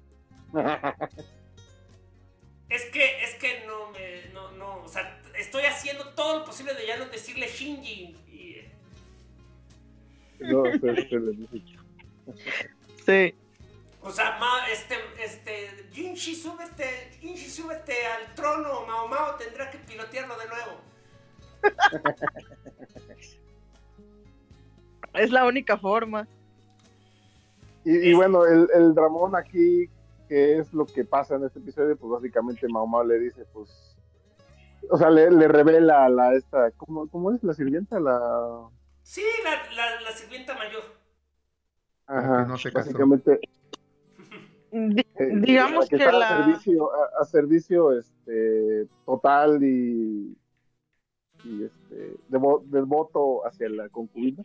Es que, es que no me, no, no, o sea, estoy haciendo todo lo posible de ya no decirle Shinji. Y, eh, No, se, se le dice. Sí. o sea, ma, este, este, Jinshi, súbete, Jinshi, súbete al trono, Mao Mao tendrá que pilotearlo de nuevo. Es la única forma. Y, y bueno, el, el dramón aquí, que es lo que pasa en este episodio, pues básicamente Mao Mao le dice, pues, o sea, le, le revela a la esta, ¿cómo, ¿cómo es la sirvienta? La... Sí, la, la, la sirvienta mayor. Ajá, que no se casó. básicamente, Di- eh, digamos que que está a la... servicio, a, a servicio este, total y, y este, devo- devoto hacia la concubina.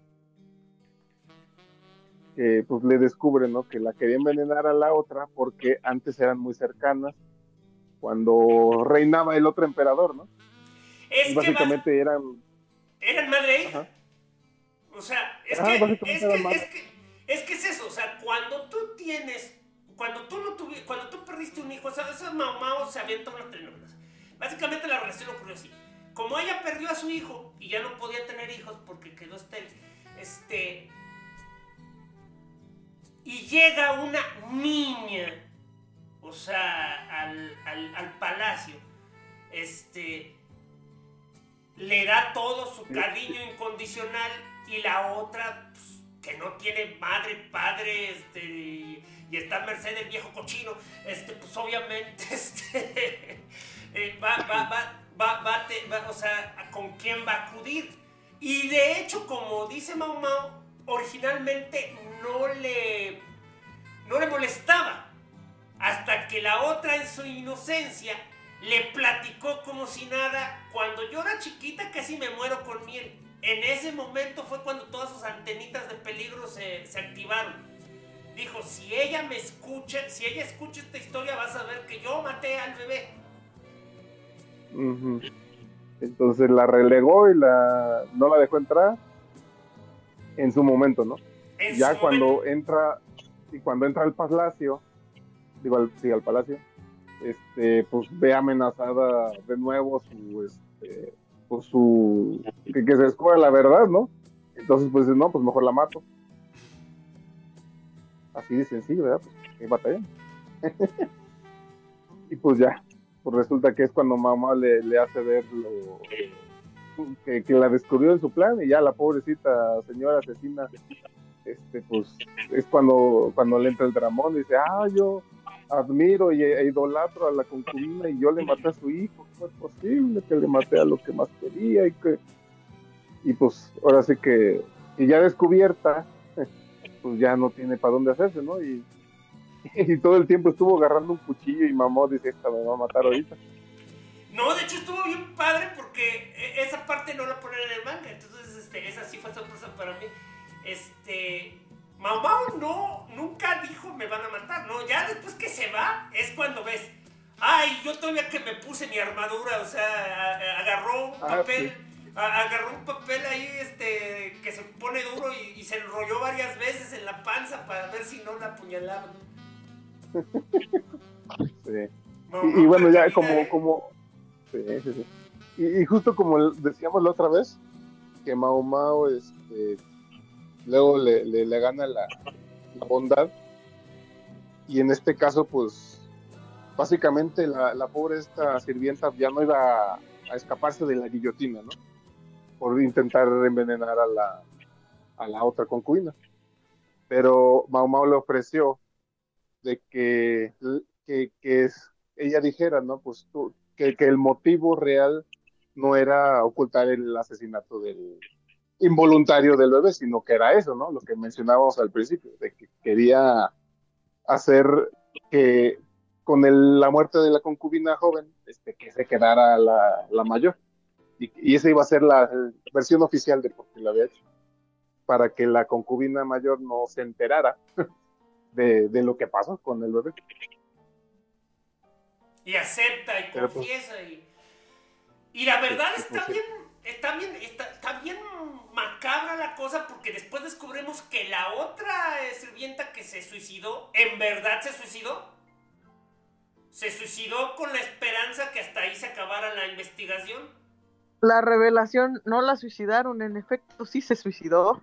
Que pues le descubre, ¿no? Que la quería envenenar a la otra porque antes eran muy cercanas cuando reinaba el otro emperador, ¿no? Es Y que bas- básicamente eran, eran madre e hija. ajá, O sea, es Ah, que, básicamente es eran que, madre. es que, es que es eso, o sea, cuando tú tienes, cuando tú no tuvi, cuando tú perdiste un hijo, o sea, esos Mao Mao se avientan unas telenovelas. Básicamente la relación ocurrió así. Como ella perdió a su hijo y ya no podía tener hijos porque quedó estéril, este, y llega una niña, o sea, al, al, al palacio, este, le da todo su cariño incondicional y la otra, pues, que no tiene madre, padre, este, y, y está a merced del viejo cochino, este, pues obviamente, este, eh, va, va, va, va, va, te- va, o sea, ¿con quién va a acudir? Y de hecho, como dice Mao Mao, originalmente no le, no le molestaba, hasta que la otra en su inocencia le platicó como si nada. Cuando yo era chiquita casi me muero con miel. En ese momento fue cuando todas sus antenitas de peligro se, se activaron. Dijo, si ella me escucha, si ella escucha esta historia vas a ver que yo maté al bebé. ujú. Entonces la relegó y la no la dejó entrar en su momento, ¿no? En Ya su cuando momento. entra, y cuando entra al palacio, digo, al, sí, al palacio, este, pues ve amenazada de nuevo su, este, pues su, que, que se descubra la verdad, ¿no? Entonces, pues no, pues mejor la mato. Así de sencillo, ¿verdad? Pues qué batalla. Y pues ya, pues resulta que es cuando mamá le, le hace ver lo, que, que la descubrió en su plan y ya la pobrecita señora asesina, este, pues es cuando, cuando le entra el dramón y dice, ah, yo admiro y e idolatro a la concubina y yo le maté a su hijo, ¿cómo es posible que le maté a lo que más quería? Y que y pues ahora sí que, y ya descubierta, pues ya no tiene para dónde hacerse, ¿no? Y, y todo el tiempo estuvo agarrando un cuchillo y mamá dice, esta me va a matar ahorita. No, de hecho estuvo bien padre porque esa parte no la ponen en el manga. Entonces, este, esa sí fue sorpresa para mí. Este... Mao Mao no, nunca dijo me van a matar, no, ya después que se va es cuando ves, ay, yo todavía que me puse mi armadura, o sea, a, a, agarró un Ah, papel, sí. a, agarró un papel ahí, este, que se pone duro y, y se enrolló varias veces en la panza para ver si no la apuñalaban. Sí. Mao Y, Mao y bueno, ya precavida, como, ¿eh? como, sí, sí, sí. Y, y justo como decíamos la otra vez, que Mao Mao, este, luego le, le, le gana la, la bondad, y en este caso, pues, básicamente la, la pobre esta sirvienta ya no iba a, a escaparse de la guillotina, ¿no? Por intentar envenenar a la, a la otra concubina. Pero Mao Mao le ofreció de que, que, que es, ella dijera, ¿no? Pues tú, que, que el motivo real no era ocultar el asesinato del involuntario del bebé, sino que era eso, ¿no? Lo que mencionábamos al principio, de que quería hacer que con el, la muerte de la concubina joven, este, que se quedara la, la mayor. Y, y esa iba a ser la versión oficial de por qué la había hecho, para que la concubina mayor no se enterara de, de lo que pasó con el bebé. Y acepta y Pero, pues, confiesa y... Y la verdad sí, está pues, sí. bien, está bien, está, está bien macabra la cosa porque después descubrimos que la otra eh, sirvienta que se suicidó, en verdad se suicidó. Se suicidó con la esperanza que hasta ahí se acabara la investigación. La revelación, no la suicidaron, en efecto, sí se suicidó.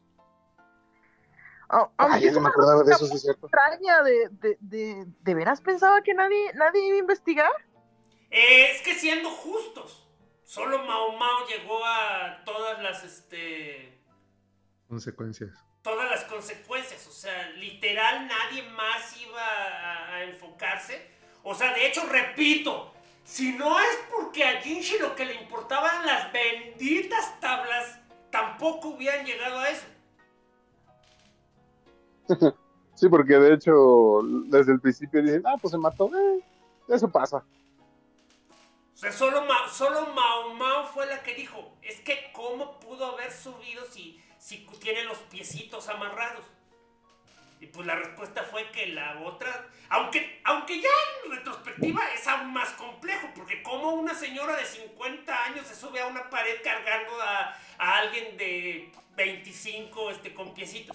A- Aunque Ay, es no me una acordaba de lógica eso, sí muy es cierto. extraña de, de, de, ¿de veras pensaba que nadie, nadie iba a investigar? Eh, es que siendo justos, solo Mao Mao llegó a todas las, este... consecuencias. Todas las consecuencias, o sea, literal nadie más iba a, a enfocarse. O sea, de hecho, repito, si no es porque a Jinshi lo que le importaban las benditas tablas, tampoco hubieran llegado a eso. Sí, porque de hecho, desde el principio dicen, ah, pues se mató, eh, eso pasa. O sea, solo, Ma, solo Mao Mao fue la que dijo, es que cómo pudo haber subido si, si tiene los piecitos amarrados. Y pues la respuesta fue que la otra, aunque, aunque ya en retrospectiva es aún más complejo, porque como una señora de cincuenta años se sube a una pared cargando a, a alguien de veinticinco este, con piecitos.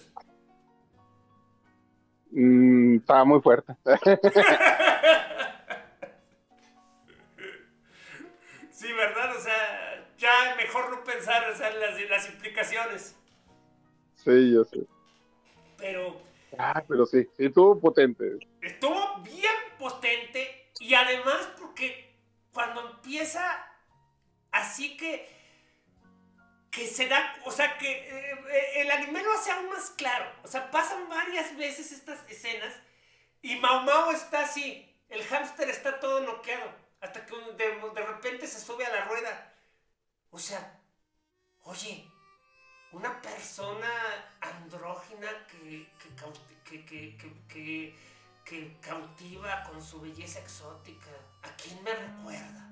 Mm, estaba muy fuerte. Sí, ¿verdad? O sea, ya mejor no pensar, o sea, las, las implicaciones. Sí, yo sé. Pero... Ah, pero sí, sí, estuvo potente. Estuvo bien potente y además porque cuando empieza así que... que se da, o sea, que eh, el anime lo hace aún más claro. O sea, pasan varias veces estas escenas y Mao Mao está así, el hámster está todo noqueado, hasta que de, de repente se sube a la rueda. O sea, oye, una persona andrógina que, que, que, que, que, que, que cautiva con su belleza exótica, ¿a quién me recuerda?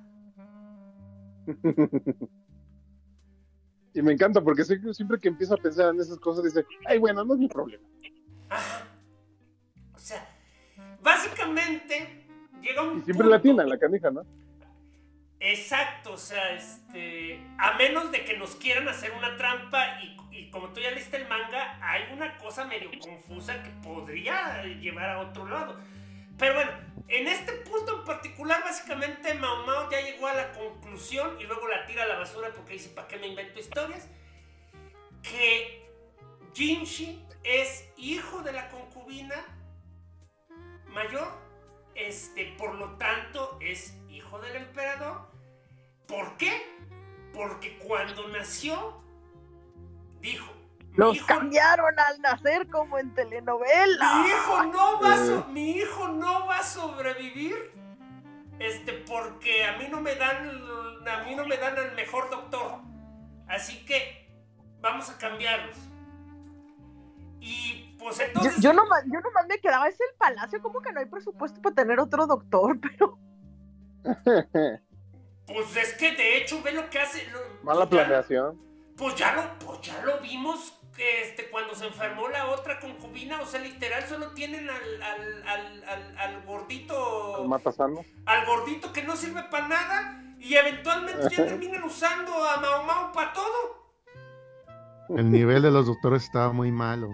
Y me encanta porque siempre, siempre que empiezo a pensar en esas cosas dice, ay, bueno, no es mi problema. Ajá. O sea, básicamente llega un Y siempre punto... la tiene la canija, ¿no? Exacto, o sea, este... a menos de que nos quieran hacer una trampa y, y como tú ya leíste el manga, hay una cosa medio confusa que podría llevar a otro lado. Pero bueno, en este punto en particular, básicamente Mao Mao ya llegó a la conclusión y luego la tira a la basura porque dice, ¿para qué me invento historias? Que Jinshi es hijo de la concubina mayor, este, por lo tanto es hijo del emperador. ¿Por qué? Porque cuando nació, dijo, Los hijo, cambiaron al nacer como en telenovela. Mi hijo no va a, so mi hijo no va a sobrevivir, este, porque a mí no me dan, a mí no me dan el mejor doctor, así que vamos a cambiarlos. Y pues entonces... Yo, yo, nomás, yo nomás me quedaba, es el palacio, como que no hay presupuesto para tener otro doctor, pero... Pues es que de hecho ve lo que hace... Lo, Mala ya, planeación. Pues ya lo, pues ya lo vimos que este, cuando se enfermó la otra concubina, o sea, literal solo tienen al, al, al, al, al gordito... ¿Al matasano? Al gordito que no sirve para nada y eventualmente ya terminan usando a Mao Mao para todo. El nivel de los doctores estaba muy malo.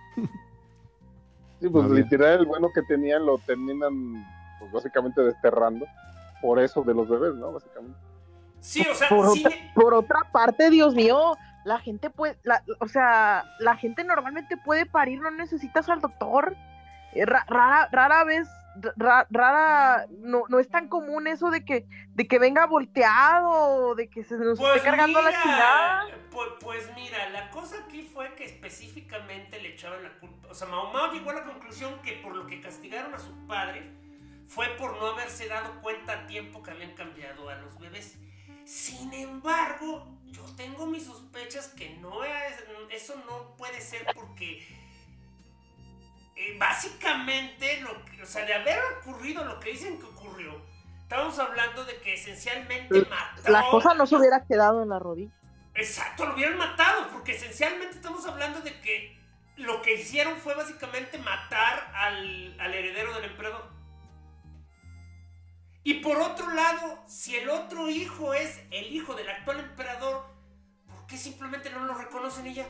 Sí, pues No, literal, el bueno que tenían lo terminan, pues básicamente desterrando. Por eso de los bebés, ¿no? Básicamente. Sí, o sea, por, sí... otra, por otra parte, Dios mío, la gente puede, la, o sea, la gente normalmente puede parir, no necesitas al doctor. Eh, ra, rara, rara vez, ra, rara, no, no es tan común eso de que, de que venga volteado, de que se nos pues esté cargando mira, la chingada. Pues, pues mira, la cosa aquí fue que específicamente le echaban la culpa. O sea, Mao Mao llegó a la conclusión que por lo que castigaron a su padre fue por no haberse dado cuenta a tiempo que habían cambiado a los bebés. Sin embargo, yo tengo mis sospechas que no es, eso no puede ser porque eh, básicamente, lo que, o sea, de haber ocurrido lo que dicen que ocurrió, estamos hablando de que esencialmente mató... La cosa no se hubiera quedado en la rodilla. Exacto, lo hubieran matado, porque esencialmente estamos hablando de que lo que hicieron fue básicamente matar al, al heredero del emperador. Y por otro lado, si el otro hijo es el hijo del actual emperador, ¿por qué simplemente no lo reconocen y ya?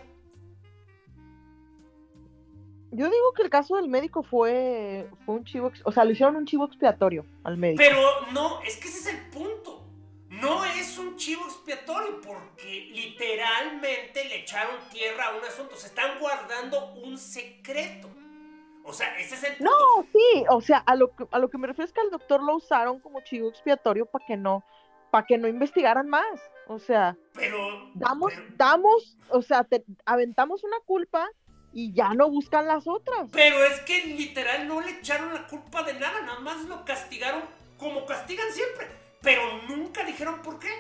Yo digo que el caso del médico fue, fue un chivo, o sea, le hicieron un chivo expiatorio al médico. Pero no, es que ese es el punto. No es un chivo expiatorio porque literalmente le echaron tierra a un asunto. Se están guardando un secreto. O sea, ese es el punto. No, sí, o sea, a lo que, a lo que me refiero es que al doctor lo usaron como chivo expiatorio para que no, para que no investigaran más. O sea, Pero, damos, pero, damos, o sea, te aventamos una culpa y ya no buscan las otras. pero es que literal no le echaron la culpa de nada, nada más lo castigaron como castigan siempre, pero nunca dijeron por qué.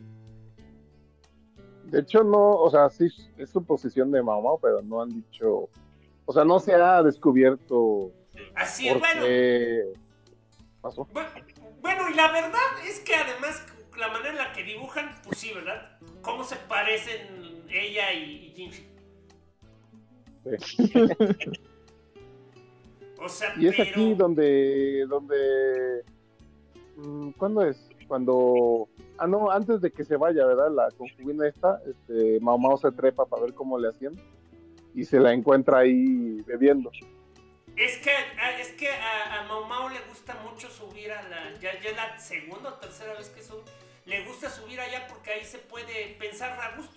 De hecho, no, o sea, sí es suposición de Mao Mao, pero no han dicho, o sea, no se ha descubierto Así es, por bueno. qué pasó. Bu- Bueno, y la verdad es que además la manera en la que dibujan, pues sí, ¿verdad? Cómo se parecen ella y, y Jinji. Sí. O sea, Y es pero... aquí donde, donde, mm, ¿cuándo es? Cuando, ah no, antes de que se vaya, ¿verdad? La concubina esta, este, Mao Mao se trepa para ver cómo le hacían y se la encuentra ahí bebiendo. Es que, a- es que a, a Mau Mau le gusta mucho subir a la... Ya, ya es la segunda o tercera vez que sube. Le gusta subir allá porque ahí se puede pensar a gusto.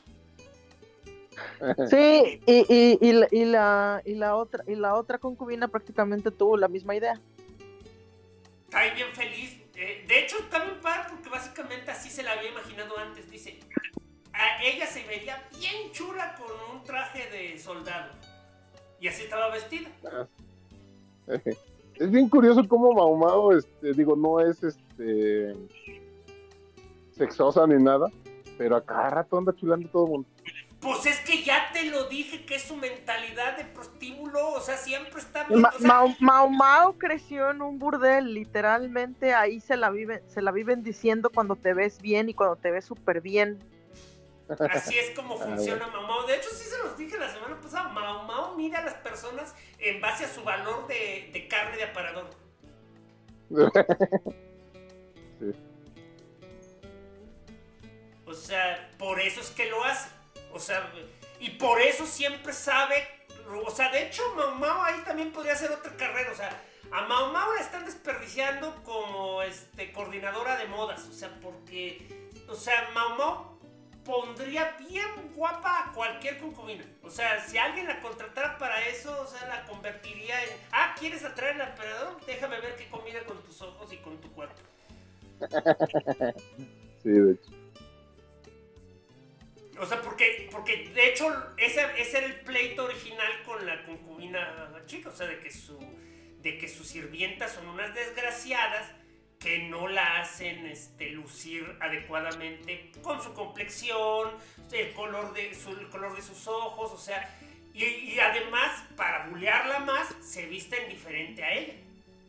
Sí, y, y, y, la, y, la, y, la otra, y la otra concubina prácticamente tuvo la misma idea. Está ahí bien feliz. Eh, de hecho, está bien padre porque básicamente así se la había imaginado antes. Dice, a ella se veía bien chula con un traje de soldado. Y así estaba vestida. Es bien curioso cómo Mao Mao, este, digo, no es este sexosa ni nada, pero a cada rato anda chulando a todo el mundo. Pues es que ya te lo dije que es su mentalidad de prostíbulo. O sea, siempre está bien. Ma, O sea, Mao, Mao Mao creció en un burdel, literalmente ahí se la viven, se la viven diciendo cuando te ves bien y cuando te ves súper bien. así es como funciona Mau Mau. De hecho, sí se los dije la semana pasada. Mau Mau mide a las personas en base a su valor de, de carne de aparador. Sí. O sea, por eso es que lo hace. O sea, y por eso siempre sabe. O sea, de hecho, Mau Mau ahí también podría hacer otra carrera. O sea, a Mau Mau la están desperdiciando como este, coordinadora de modas. O sea, porque. O sea, Mau Mau pondría bien guapa a cualquier concubina. O sea, si alguien la contratara para eso, o sea, la convertiría en. Ah, ¿quieres atraer al emperador? Déjame ver qué combina con tus ojos y con tu cuerpo. Sí, de hecho. O sea, porque, porque de hecho ese, ese era el pleito original con la concubina chica, o sea, de que, su, de que sus sirvientas son unas desgraciadas que no la hacen este, lucir adecuadamente con su complexión, el color de, su, el color de sus ojos, o sea, y, y además, para bulearla más, se visten diferente a ella.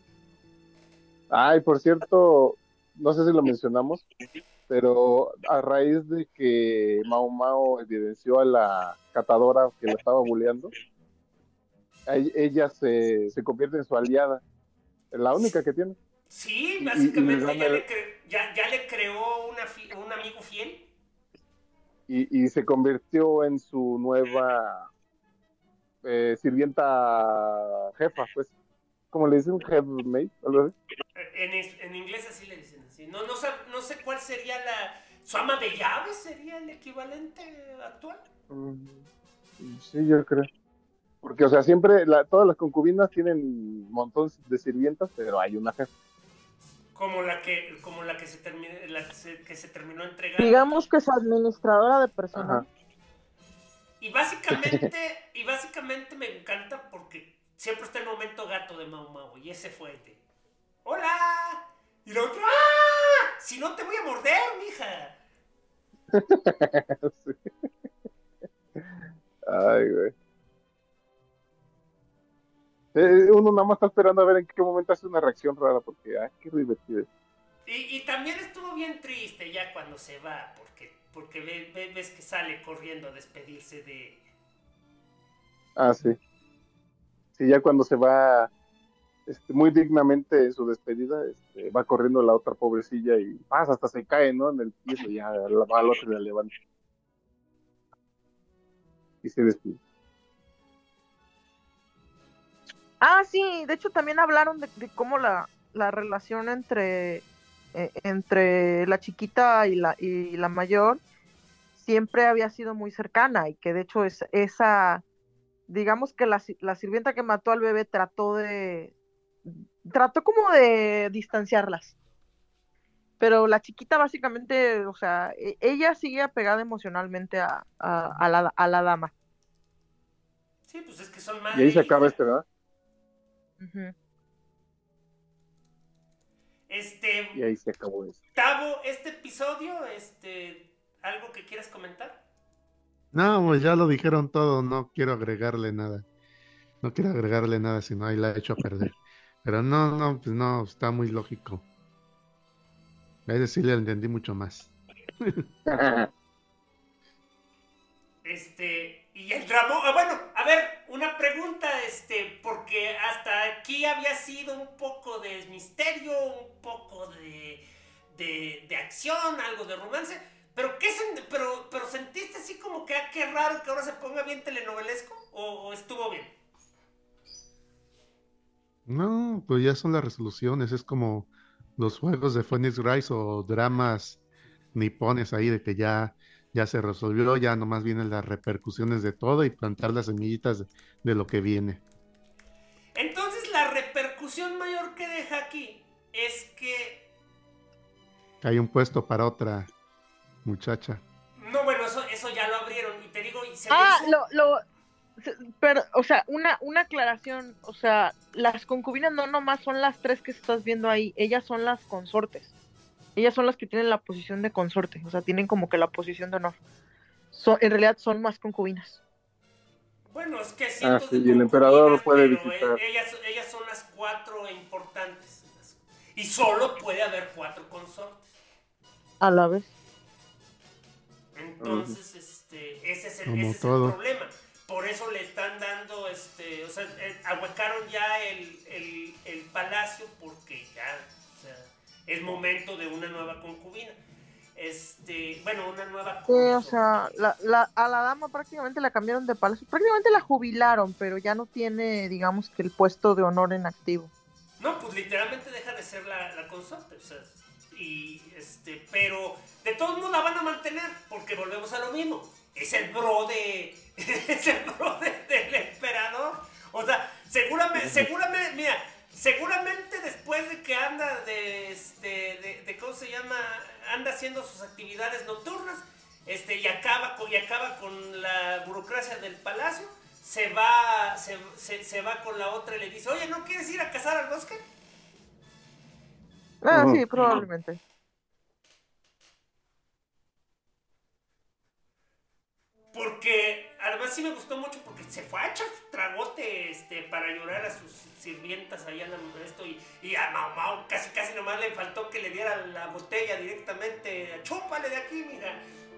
Ay, por cierto, no sé si lo mencionamos, pero a raíz de que Mao Mao evidenció a la catadora que la estaba bulleando, ella se, se convierte en su aliada, la única que tiene. Sí, Y- básicamente y- y le ya, dan le el- cre- ya, ya le creó una fi- un amigo fiel. Y, y se convirtió en su nueva eh, sirvienta jefa, pues, como le dicen, head maid, algo así. En, es- en inglés así le dicen así. No, no, sab- no sé cuál sería la... ¿Su ama de llaves sería el equivalente actual? Mm, Sí, yo creo. Porque, o sea, siempre, la, todas las concubinas tienen un montón de sirvientas, pero hay una jefa. Como la que, como la que se terminó, la que se, que se terminó entregando. Digamos que es administradora de personal. Ajá. Y básicamente, y básicamente me encanta porque siempre está el momento gato de Mau Mau. Y ese fue el de ¡hola! Y la otra ¡ah! Si no te voy a morder, mija. Sí. Ay, güey. Eh, uno nada más está esperando a ver en qué momento hace una reacción rara, porque, ay, qué divertido. Y, y también estuvo bien triste ya cuando se va, porque, porque ve- ve- ves que sale corriendo a despedirse de... Ah, sí. Sí, ya cuando se va este, muy dignamente en su despedida, este, va corriendo la otra pobrecilla y pasa, hasta se cae, ¿no? En el piso, y ya la va al otro y la levanta. Y se despide. Ah, sí, de hecho también hablaron de, de cómo la, la relación entre, eh, entre la chiquita y la, y la mayor siempre había sido muy cercana y que de hecho es, esa, digamos que la, si- la sirvienta que mató al bebé trató de, trató como de distanciarlas. Pero la chiquita básicamente, o sea, e- ella sigue apegada emocionalmente a, a, a la, a la dama. Sí, pues es que son Y madre ahí e se acaba hija. este, ¿verdad? Ujú. Este, Y ahí se acabó eso. Tavo, este episodio, este, ¿algo que quieras comentar? No, pues ya lo dijeron todo, no quiero agregarle nada. No quiero agregarle nada, sino ahí la he hecho a perder. Pero no, no, pues no, está muy lógico. A ese sí le entendí mucho más. Este, y el drama, ah, bueno, a ver, una pregunta, este, porque hasta aquí había sido un poco de misterio, un poco de, de, de acción, algo de romance, pero qué sen- pero, pero sentiste así como que, ah, qué raro que ahora se ponga bien telenovelesco, o, o estuvo bien. No, pues ya son las resoluciones, es como los juegos de Phoenix Rise o dramas nipones ahí de que ya, ya se resolvió, ya nomás vienen las repercusiones de todo y plantar las semillitas de, de lo que viene. Entonces la repercusión mayor que deja aquí es que, Hay un puesto para otra muchacha. no, bueno, eso, eso ya lo abrieron, y te digo, y se me Ah, hizo... lo, lo, se- pero, o sea, una, una aclaración, o sea, las concubinas no nomás son las tres que estás viendo ahí, ellas son las consortes. Ellas son las que tienen la posición de consorte, o sea, tienen como que la posición de honor. So- en realidad son más concubinas. Bueno, es que hay Ah, cientos sí, de y el emperador concubinas, puede pero eh, visitar. ellas, ellas son las cuatro importantes. Y solo puede haber cuatro consortes. A la vez. Entonces, este, ese es el, Como ese es el todo. problema. Por eso le están dando, este, o sea, eh, ahuecaron ya el, el, el palacio porque ya, o sea, es momento de una nueva concubina. Este, bueno, una nueva Sí, o consorte. sea, la, la, a la dama prácticamente la cambiaron de palacio, prácticamente la jubilaron, pero ya no tiene, digamos que el puesto de honor en activo. No, pues literalmente deja de ser la, la consorte, o sea, y este, pero de todos modos la van a mantener, porque volvemos a lo mismo. Es el bro de. Es el bro de- del emperador. O sea, seguramente, seguramente, mira, seguramente después de que anda de este. De, de ¿cómo se llama? Anda haciendo sus actividades nocturnas. Este, y acaba con, y acaba con la burocracia del palacio. Se va, se, se, se va con la otra y le dice, oye, ¿no quieres ir a cazar al bosque? Ah, Ujú. sí, probablemente. Porque además sí me gustó mucho porque se fue a echar tragote este, para llorar a sus sirvientas allá en la esto y, y a Mau Mau casi casi nomás le faltó que le diera la botella directamente. Chúpale de aquí, mija.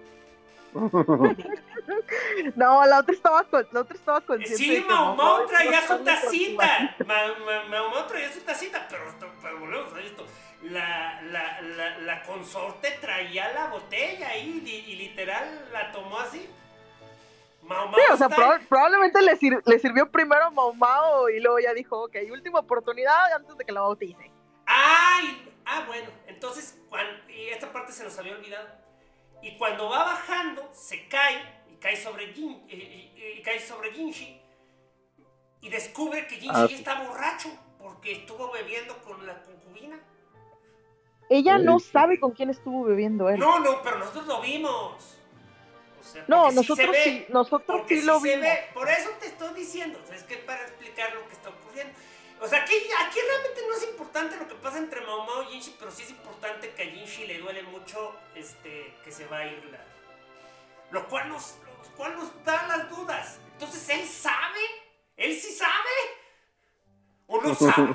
No, la otra estaba, con- la otra estaba consciente Sí, de que Mau Mau Mau Mau estaba traía su actuando por su tacita. Ma- ma- Mau Mau traía su tacita, pero, pero volvemos a esto. La, la, la, la consorte traía la botella ahí y, y literal la tomó así. Mau Mau Sí, o sea, está proba- probablemente le, sir- le sirvió primero a Mau Mau y luego ya dijo, ok, última oportunidad antes de que la bautice. ¡Ay! Ah, bueno, entonces, cuan- y esta parte se nos había olvidado. Y cuando va bajando, se cae, y cae sobre, Jin, y, y- y cae sobre Jinshi, y descubre que Jinshi Ah, ya sí. está borracho, porque estuvo bebiendo con la concubina. Ella no Sí. sabe con quién estuvo bebiendo él. No, no, pero nosotros lo vimos. O sea, No, porque sí se nosotros ve, sí, nosotros porque sí sí lo se vimos. ve, por eso te estoy diciendo, o sea, es que para explicar lo que está ocurriendo. O sea, aquí, aquí realmente no es importante lo que pasa entre Mau Mau y Jinshi, pero sí es importante que a Jinshi le duele mucho este, que se va a ir la... Lo cual nos, lo cual nos da las dudas. Entonces, ¿él sabe? ¿Él sí sabe? ¿O no sabe?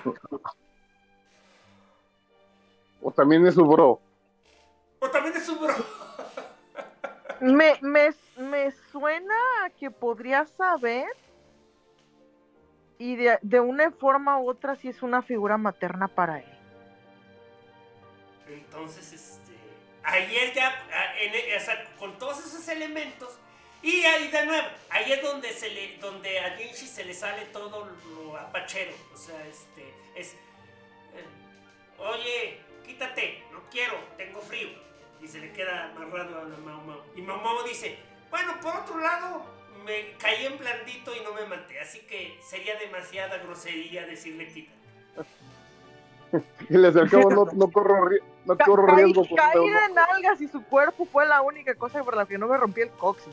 O también es su bro. ¿O también es su bro? Me, me, me suena a que podría saber y de, de una forma u otra sí es una figura materna para él. Entonces, este, ayer ya, a- en- o sea, con todos esos elementos, y ahí de nuevo, ahí es donde se le, donde a Jinshi se le sale todo lo apachero, o sea, este, es, eh, oye, quítate, no quiero, tengo frío, y se le queda amarrado a la Mau Mau, y Mau Mau dice, bueno, por otro lado, me caí en blandito y no me maté, así que sería demasiada grosería decirle quítate. Y les al cabo no, no corro ri- no corro Ca- riesgo. caí- Caída en algas y su cuerpo fue la única cosa por la que no me rompí el coxis.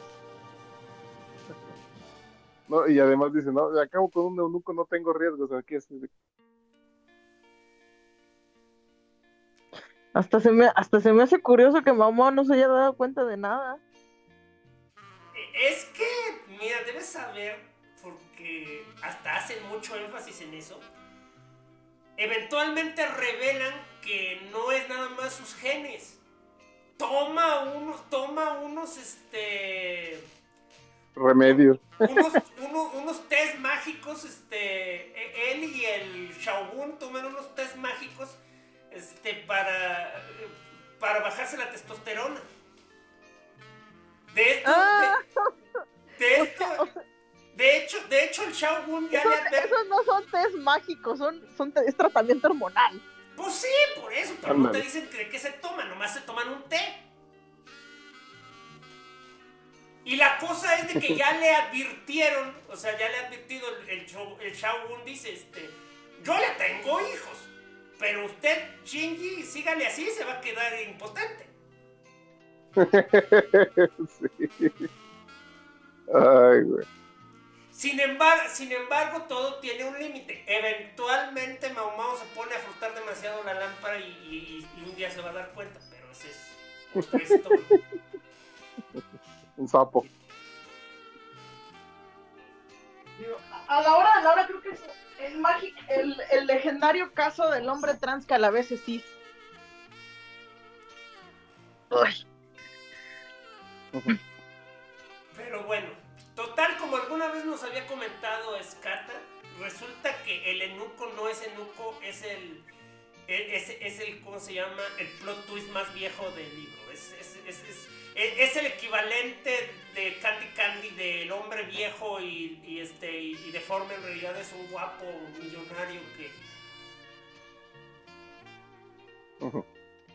No, y además dice, no, acabo con un eunuco, no tengo riesgos. Aquí es... Hasta se me, hasta se me hace curioso que mamá no se haya dado cuenta de nada. Es que, mira, debes saber, porque hasta hacen mucho énfasis en eso. Eventualmente revelan que no es nada más sus genes. Toma unos, toma unos, este... remedios. Unos, uno, unos test mágicos, este... Él y el Shogun toman unos test mágicos, este, para... para bajarse la testosterona. De esto... Ah. De, de esto... De hecho, de hecho el Shogun ya Esos, le advierte... esos no son test mágicos, son, son te- es tratamiento hormonal. Pues sí, por eso, pero no te dicen de qué se toman, nomás se toman un té. Y la cosa es de que ya le advirtieron, o sea, ya le ha advertido el, el, Shou- el Shogun, dice, este, yo le tengo hijos, pero usted, Shinji, sígale así, se va a quedar impotente. Sí. Ay, güey. Sin embargo, sin embargo, todo tiene un límite. Eventualmente Mao Mao se pone a frotar demasiado la lámpara y, y, y un día se va a dar cuenta, pero ese es otra historia. Un sapo. Digo, a la hora de la hora creo que es el, mágico, el, el legendario caso del hombre trans que a la vez es cis. Uy. Pero bueno, total, como alguna vez nos había comentado Escata, resulta que el eunuco no es eunuco, es el, es, es el, ¿cómo se llama? El plot twist más viejo del libro. Es, es, es, es, es el equivalente de Candy Candy del hombre viejo y, y, este, y, y deforme, en realidad es un guapo millonario que... Uh-huh.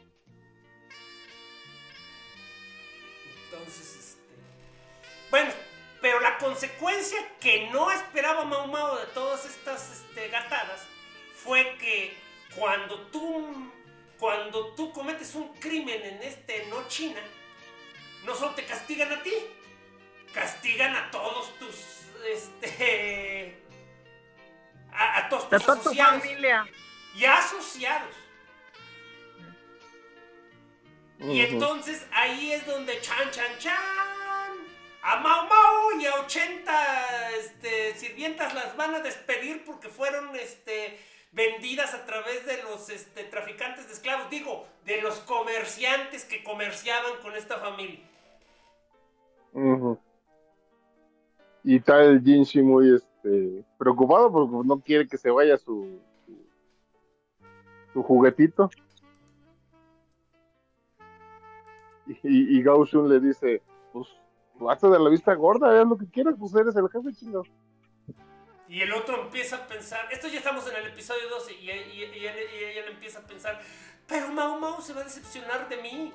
Entonces, este... Bueno, pero la consecuencia que no esperaba Mao Mao de todas estas este, gatadas fue que cuando tú, cuando tú cometes un crimen en este no China, no solo te castigan a ti, castigan a todos tus, este... A, a todos tus toda tu asociados. familia. Y asociados. Uh-huh. Y entonces ahí es donde chan chan chan a Mao Mao y a ochenta este, sirvientas las van a despedir porque fueron este, vendidas a través de los este, traficantes de esclavos, digo, de los comerciantes que comerciaban con esta familia. Uh-huh. Y está el Jinshi muy este, preocupado porque no quiere que se vaya su, su, su juguetito. Y, y Gao Shun le dice, pues, hazte de la vista gorda, haz lo que quieras, pues eres el jefe, chingado. Y el otro empieza a pensar, esto ya estamos en el episodio doce, y, y, y, y, él, y ella le empieza a pensar, pero Mao Mao se va a decepcionar de mí.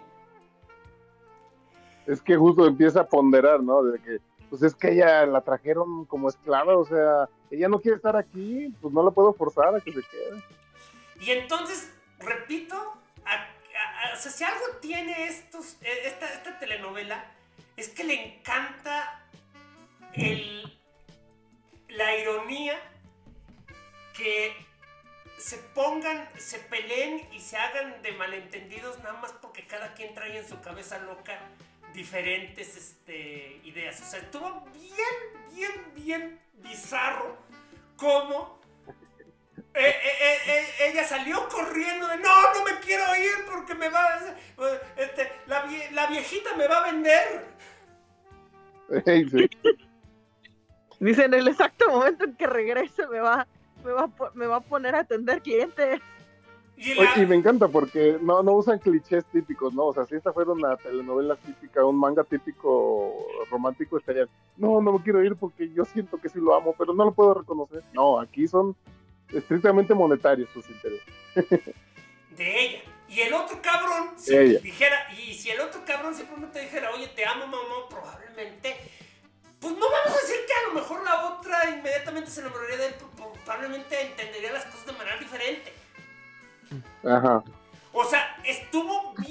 Es que justo empieza a ponderar, ¿no? De que, pues es que ella la trajeron como esclava, o sea, ella no quiere estar aquí, pues no la puedo forzar a que se quede. Y entonces, repito, a, o sea, si algo tiene estos, esta, esta telenovela, es que le encanta el, la ironía, que se pongan, se peleen y se hagan de malentendidos nada más porque cada quien trae en su cabeza loca diferentes este, ideas. O sea, estuvo bien, bien, bien bizarro como... Eh, eh, eh, eh, ella salió corriendo de no, no me quiero ir porque me va este, la, vie, la viejita me va a vender. Hey, sí. Dice, en el exacto momento en que regrese me va, me va, me va a poner a atender clientes. Y, la... la... y me encanta porque no, no usan clichés típicos, ¿no? O sea, si esta fuera una telenovela típica, un manga típico romántico, estarían, no, no me quiero ir porque yo siento que sí lo amo, pero no lo puedo reconocer. No, aquí son estrictamente monetarios sus intereses. De ella. Y el otro cabrón, si ella. dijera, y si el otro cabrón simplemente dijera, oye, te amo, mamá, probablemente, pues no vamos a decir que a lo mejor la otra inmediatamente se enamoraría de él, probablemente entendería las cosas de manera diferente. Ajá. O sea, estuvo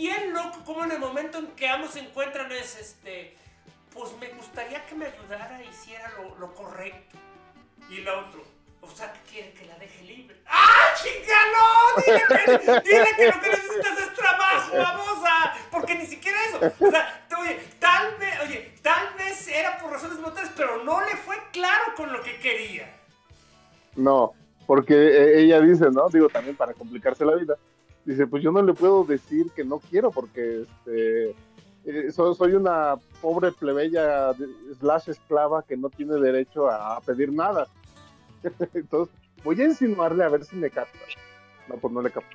bien loco como en el momento en que ambos se encuentran es este, pues me gustaría que me ayudara y hiciera lo, lo correcto. Y el otro, o sea, que quiere que la deje libre. ¡Ah, chica, no! Dile que, dile que lo que necesitas es trabajo, babosa. Porque ni siquiera eso. O sea, oye, tal vez, oye, tal vez era por razones monetarias, pero no le fue claro con lo que quería. No, porque eh, ella dice, ¿no? Digo, también para complicarse la vida. Dice, pues yo no le puedo decir que no quiero porque este, eh, soy, soy una pobre plebeya de, slash esclava que no tiene derecho a, a pedir nada. Entonces, voy a insinuarle a ver si me capta. No, pues no le capta.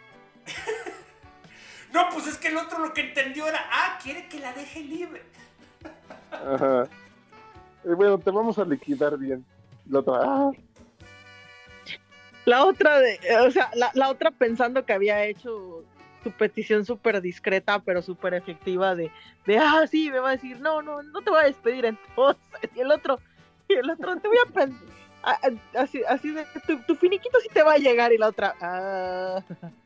No, pues es que el otro lo que entendió era, ah, quiere que la deje libre. Ajá. Eh, bueno, te vamos a liquidar bien. La otra, ah. La otra, de, o sea, la, la otra pensando que había hecho su petición súper discreta, pero súper efectiva de, de, ah, sí, me va a decir, no, no, no te voy a despedir entonces. Y el otro, y el otro, te voy a pensar, así, así de, tu, tu finiquito sí te va a llegar, y la otra, ah.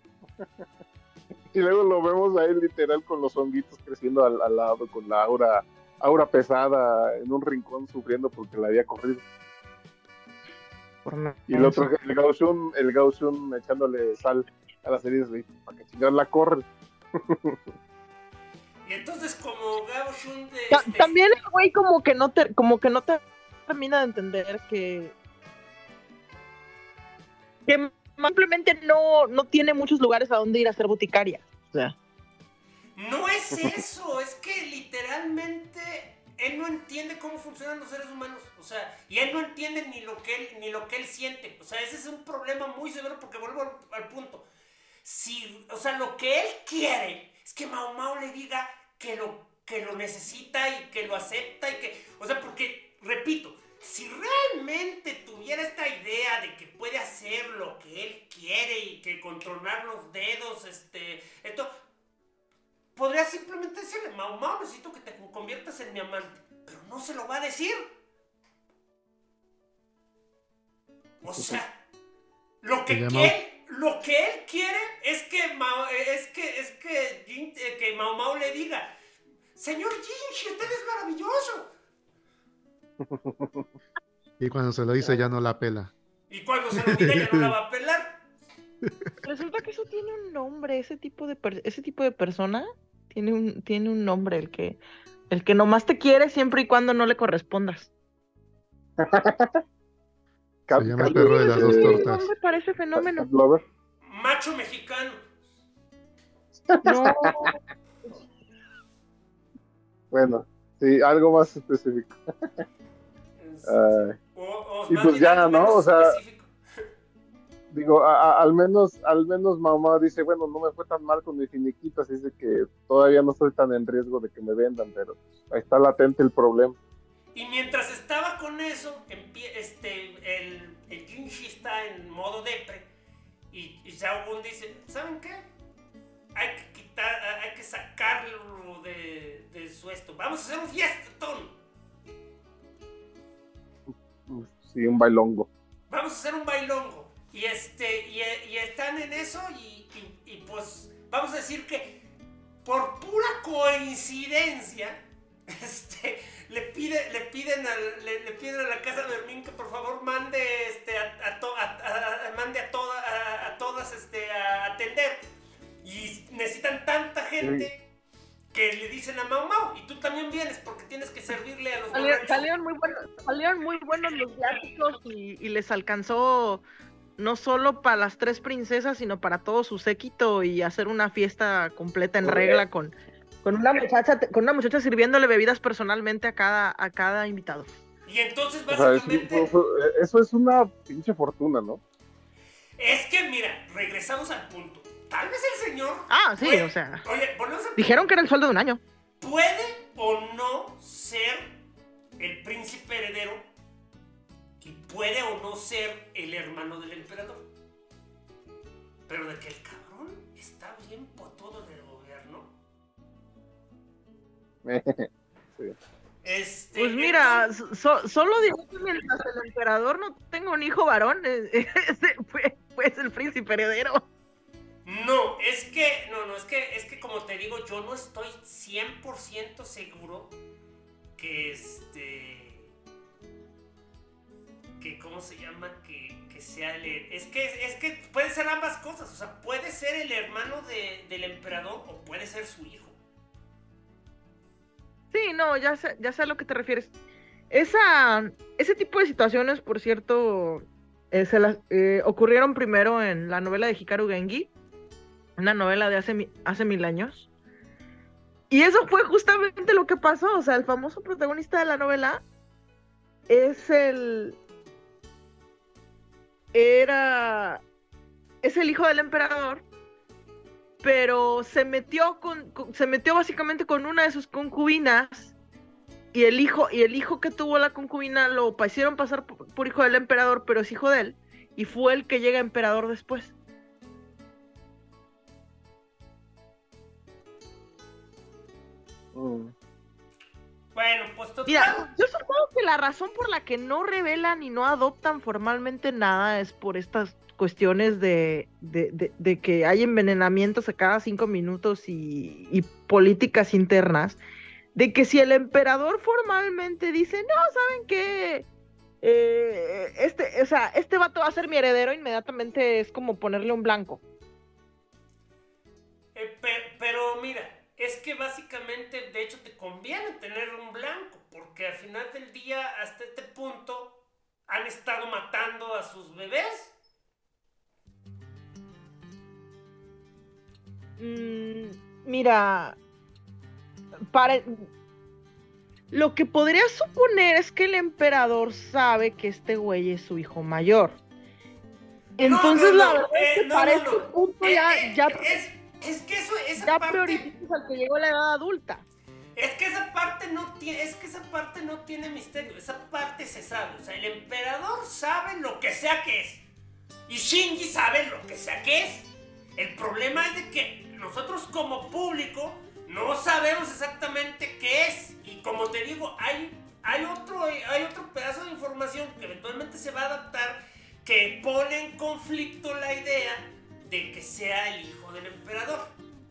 Y luego lo vemos ahí literal con los honguitos creciendo al, al lado, con la aura, aura pesada en un rincón sufriendo porque la había corrido. Y el otro, el Gauchun, el Gauchun echándole sal a las heridas, para que chingar la corre. Y entonces como Gauchun de Ta- este... También el güey como que no te, como que no te termina de entender que que simplemente no, no tiene muchos lugares a donde ir a hacer boticaria. O sea. No es eso, es que literalmente él no entiende cómo funcionan los seres humanos, o sea, y él no entiende ni lo que él, ni lo que él siente, o sea, ese es un problema muy severo porque vuelvo al, al punto. Si, o sea, lo que él quiere es que Mao Mao le diga que lo, que lo necesita y que lo acepta y que, o sea, porque, repito, si realmente tuviera esta idea de que puede hacer lo que él quiere y que controlar los dedos, este, esto, podría simplemente decirle, Mao Mao, necesito que te conviertas en mi amante, pero no se lo va a decir. O sea, lo que quiere, lo que él quiere es que Mao, es que, es que, Jin, eh, que Mao Mao le diga, señor Jin, usted es maravilloso. Y cuando se lo dice ya no la pela. Y cuando se lo diga ya no la va a pelar. Resulta que eso tiene un nombre, ese tipo de per- ese tipo de persona tiene un tiene un nombre, el que el que nomás te quiere siempre y cuando no le correspondas. Se llama el perro de las dos tortas. ¿Dónde parece fenómeno? Macho mexicano. No. Bueno, sí, algo más específico. uh, o, o y pues ya, ¿no? O sea, específico. Digo, a, a, al menos, al menos mamá dice, bueno, no me fue tan mal con mi finiquito, así de que todavía no estoy tan en riesgo de que me vendan, pero ahí está latente el problema. Y mientras estaba con eso, empie- este, el, el Jinshi está en modo depre y, y Xiaogun dice, ¿saben qué? Hay que quitar, hay que sacarlo de, de su esto. Vamos a hacer un fiestón. Sí, un bailongo. Vamos a hacer un bailongo. Y este, y, y están en eso y, y, y pues vamos a decir que por pura coincidencia, este, le pide, le piden al, le, le piden a la casa de Hermín que por favor mande este a, a, to, a, a, a mande a toda, a, a todas este a atender. Y necesitan tanta gente sí. que le dicen a Mao Mao, y tú también vienes porque tienes que servirle a los salieron, salieron muy buenos, salieron muy buenos los viáticos y, y les alcanzó no solo para las tres princesas, sino para todo su séquito y hacer una fiesta completa en regla con, con una muchacha, con una muchacha sirviéndole bebidas personalmente a cada, a cada invitado. Y entonces básicamente... O sea, eso, eso es una pinche fortuna, ¿no? Es que mira, regresamos al punto. Tal vez el señor... Ah, sí, puede, o sea... Oye, volvemos al dijeron punto. que era el sueldo de un año. ¿Puede o no ser el príncipe heredero? Y puede o no ser el hermano del emperador. Pero de que el cabrón está bien potudo del gobierno. Sí. Este, pues mira, so, solo digo que mientras el emperador no tenga un hijo varón, ese fue, fue el príncipe heredero. No, es que, no, no, es que, es que como te digo, yo no estoy cien por ciento seguro que este, que, ¿cómo se llama? Que, que sea el, es que, es que puede ser ambas cosas, o sea, puede ser el hermano de, del emperador o puede ser su hijo. Sí, no, ya sé, ya sé a lo que te refieres. Esa, ese tipo de situaciones, por cierto, eh, se las, eh, ocurrieron primero en la novela de Hikaru Gengi, una novela de hace, hace mil años. Y eso fue justamente lo que pasó. O sea, el famoso protagonista de la novela es el... Era... Es el hijo del emperador, pero se metió con, con se metió básicamente con una de sus concubinas. Y el hijo, y el hijo que tuvo la concubina lo hicieron pasar por, por hijo del emperador, pero es hijo de él. Y fue el que llega emperador después. Mm. Bueno, pues total. Mira, yo supongo que la razón por la que no revelan y no adoptan formalmente nada es por estas cuestiones de, de, de, de que hay envenenamientos a cada cinco minutos y, y políticas internas. De que si el emperador formalmente dice, no, ¿saben qué? Eh, este, o sea, este vato va a ser mi heredero, inmediatamente es como ponerle un blanco. Eh, pero, pero mira, es que básicamente, de hecho, te conviene tener un blanco, porque al final del día, hasta este punto, han estado matando a sus bebés. Mm, mira... Para... Lo que podría suponer es que el emperador sabe que este güey es su hijo mayor. Entonces, no, no, la verdad eh, es que no, para no, este no. punto eh, ya, eh, ya, es, es que eso, esa ya parte, priorizas al que llegó a la edad adulta. Es que esa parte no tiene, es que esa parte no tiene misterio, esa parte se sabe. O sea, el emperador sabe lo que sea que es. Y Shinji sabe lo que sea que es. El problema es de que nosotros como público no sabemos exactamente qué es. Y como te digo, hay, hay, otro, hay otro pedazo de información que eventualmente se va a adaptar que pone en conflicto la idea de que sea el hijo del emperador.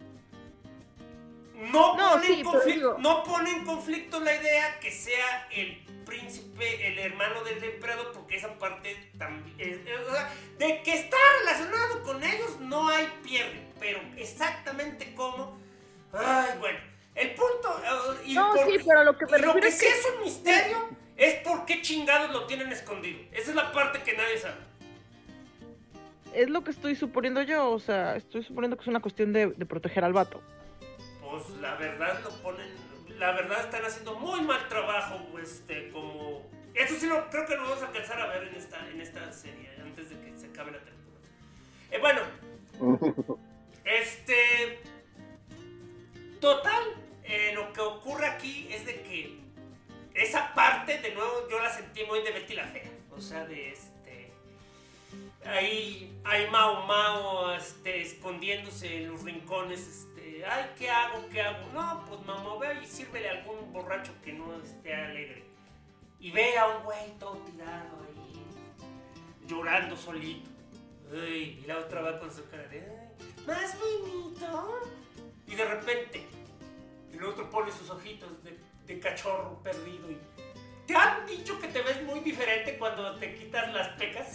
No, no, pone, sí, en conflicto, no pone en conflicto la idea que sea el príncipe, el hermano del emperador, porque esa parte también... Es, es, o sea, de que está relacionado con ellos no hay pierde, pero exactamente cómo... Ay, bueno, el punto... Uh, y no, por, sí, pero lo que me refiero lo que es sí que... es un misterio es por qué chingados lo tienen escondido. Esa es la parte que nadie sabe. Es lo que estoy suponiendo yo, o sea, estoy suponiendo que es una cuestión de, de proteger al vato. Pues la verdad lo ponen... La verdad están haciendo muy mal trabajo, este, como... Eso sí lo, creo que lo vamos a alcanzar a ver en esta, en esta serie, antes de que se acabe la temporada. Eh, bueno, este... Total, eh, lo que ocurre aquí es de que esa parte, de nuevo, yo la sentí muy de Betty la Fea. O sea, de este... Ahí hay Mao Mao este, escondiéndose en los rincones, este... Ay, ¿qué hago? ¿Qué hago? No, pues mamá, ve y sírvele a algún borracho que no esté alegre. Y ve a un güey todo tirado ahí, llorando solito. Ay, y la otra va con su cara de... Ay, más bonito... Y de repente, el otro pone sus ojitos de, de cachorro perdido y... ¿Te han dicho que te ves muy diferente cuando te quitas las pecas?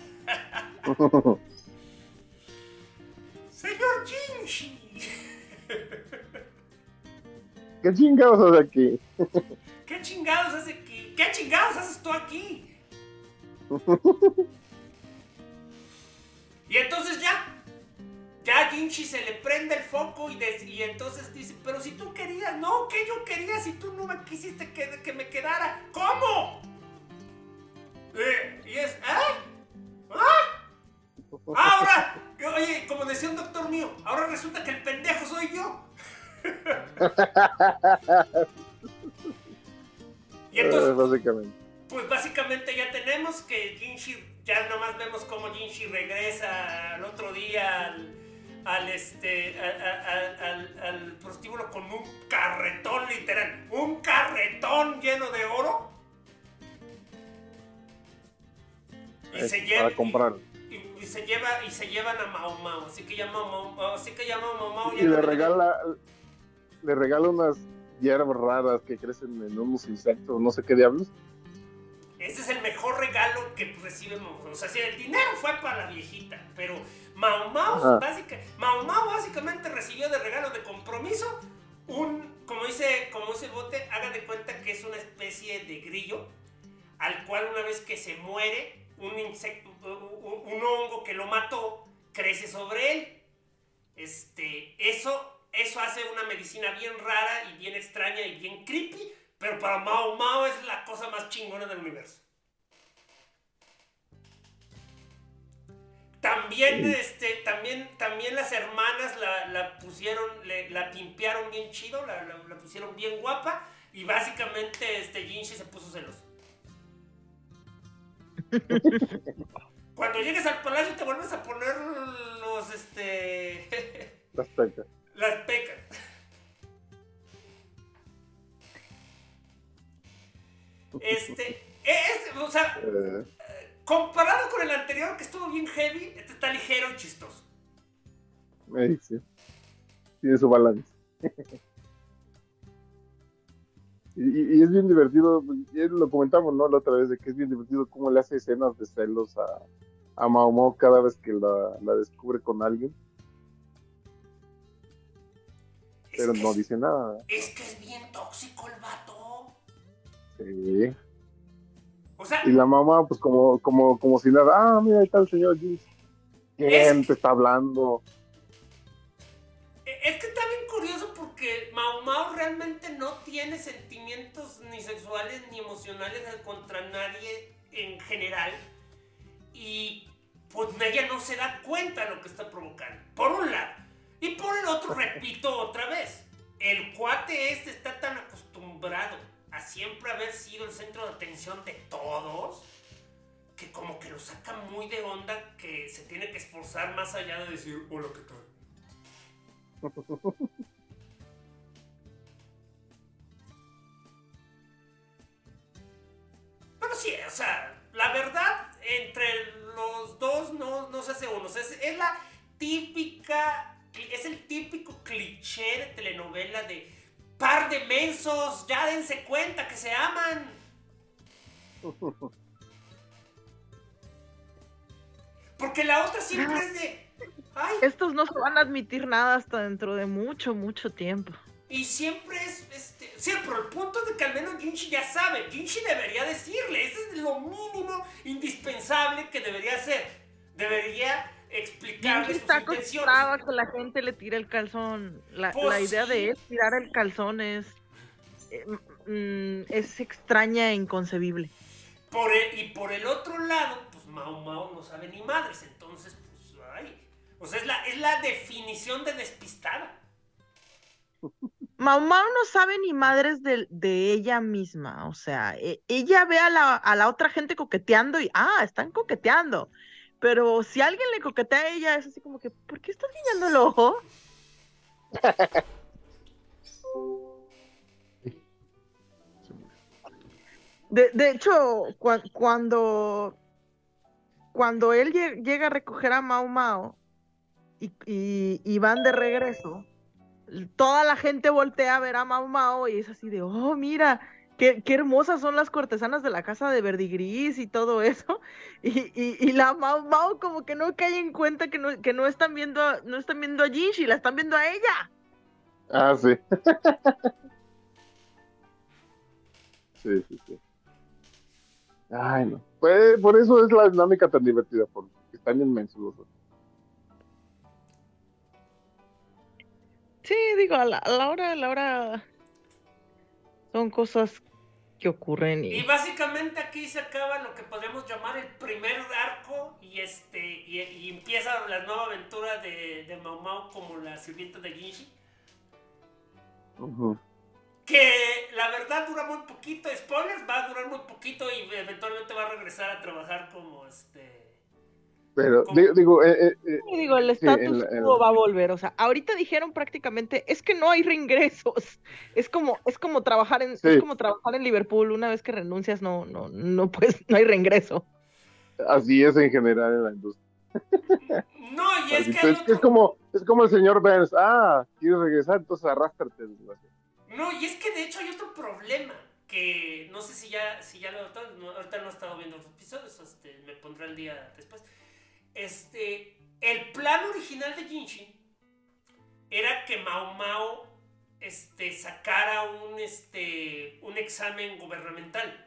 ¡Señor Jinshi! ¿Qué chingados haces aquí? ¿Qué chingados haces aquí? ¿Qué chingados haces tú aquí? Y entonces ya... Ya a Jinshi se le prende el foco y, de, y entonces dice, pero si tú querías, no, que yo quería, si tú no me quisiste que, que me quedara, ¿cómo? Eh, y es, ¿eh? ¿Ah? Ahora, oye, como decía un doctor mío, ahora resulta que el pendejo soy yo. Y entonces, uh, básicamente. Pues básicamente ya tenemos que Jinshi, ya nomás vemos como Jinshi regresa al otro día al... al este al, al, al, al prostíbulo con un carretón literal, un carretón lleno de oro y es se lleva para comprar y, y, y se lleva y se llevan a Mao Mao, así que llama Mao, así que llama Mao Mao y le regala le regala unas hierbas raras que crecen en unos insectos, no sé qué diablos. Ese es el mejor regalo que recibe Mao Mao. O sea, si el dinero fue para la viejita, pero Mao Mao, básica, Mao Mao básicamente recibió de regalo de compromiso un, como dice, como dice el bote, hagan de cuenta que es una especie de grillo, al cual una vez que se muere, un insecto, un, un hongo que lo mató, crece sobre él. Este, eso, eso hace una medicina bien rara y bien extraña y bien creepy, pero para Mao Mao es la cosa más chingona del universo. También, sí. este, también, también las hermanas la, la pusieron, le, la pimpearon bien chido, la, la, la pusieron bien guapa y básicamente este Jinshi se puso celoso. Cuando llegues al palacio te vuelves a poner los, este... Las pecas. Las pecas. Este, es, o sea, eh. comparado con el anterior que estuvo bien heavy, este está ligero y chistoso. Eh, sí. Tiene su balance. y, y es bien divertido, ya lo comentamos, ¿no? La otra vez, de que es bien divertido cómo le hace escenas de celos a, a Mao Mao cada vez que la, la descubre con alguien. Es Pero no es, dice nada. Es que es bien tóxico el vato. Sí. O sea, y la mamá, pues como, como, como si nada, ah, mira, ahí está el señor Jinx. ¿Quién te está hablando? Es que está bien curioso porque Mao Mao realmente no tiene sentimientos ni sexuales ni emocionales contra nadie en general. Y pues ella no se da cuenta de lo que está provocando, por un lado. Y por el otro, repito otra vez, el cuate este está tan acostumbrado a siempre haber sido el centro de atención de todos, que como que lo saca muy de onda, que se tiene que esforzar más allá de decir, hola, ¿qué tal? Pero sí, o sea, la verdad, entre los dos no, no se hace uno. O sea, es, es la típica, es el típico cliché de telenovela de par de mensos, ya dense cuenta que se aman. Porque la otra siempre es de... Ay. Estos no se van a admitir nada hasta dentro de mucho, mucho tiempo. Y siempre es... este Sí, pero el punto es de que al menos Jinshi ya sabe. Jinshi debería decirle. Ese es lo mínimo indispensable que debería hacer. Debería explicarle sus está intenciones. Está acostumbrado a que la gente le tire el calzón. La, pues la idea sí. de él tirar el calzón es... Eh, mm, es extraña e inconcebible. Por el, y por el otro lado, pues Mao Mao no sabe ni madres. Entonces, pues, ay... O sea, es la, es la definición de despistada. Mao Mao no sabe ni madres de, de ella misma. O sea, e, ella ve a la, a la otra gente coqueteando y, ah, están coqueteando. Pero si alguien le coquetea a ella, es así como que, ¿por qué estás guiñando el ojo? De, de hecho, cu cuando, cuando él lleg llega a recoger a Mao Mao, Y, y, y van de regreso, toda la gente voltea a ver a Mao Mao y es así de, oh, mira, qué, qué hermosas son las cortesanas de la casa de Verdigris y todo eso, y, y, y la Mao Mao como que no cae en cuenta que no, que no están viendo a, no están viendo a Jinshi, la están viendo a ella. Ah, sí. sí, sí, sí. Ay, no. Pues por eso es la dinámica tan divertida, porque están inmensos los dos. Sí, digo, a la, a la hora, a la hora son cosas que ocurren y... Y básicamente aquí se acaba lo que podríamos llamar el primer arco y este y, y empieza la nueva aventura de, de Mao Mao como la sirvienta de Jinshi. Uh-huh. Que la verdad dura muy poquito, spoilers, va a durar muy poquito y eventualmente va a regresar a trabajar como este... Pero, digo, digo, eh, eh, sí, digo, el status sí, quo va a volver, o sea, ahorita dijeron prácticamente, es que no hay reingresos, es como, es como trabajar en, sí. es como trabajar en Liverpool, una vez que renuncias no, no, no pues, no hay reingreso. Así es en general en la industria. No, y es que, es, que es como es como el señor Burns. Ah, ¿quieres regresar? Entonces arrástrate, desgracia. No, y es que de hecho hay otro problema que no sé si ya si ya lo no, ahorita no he estado viendo los episodios, este, me pondré al día después. Este, el plan original de Jinshin era que Mao Mao este, sacara un este un examen gubernamental.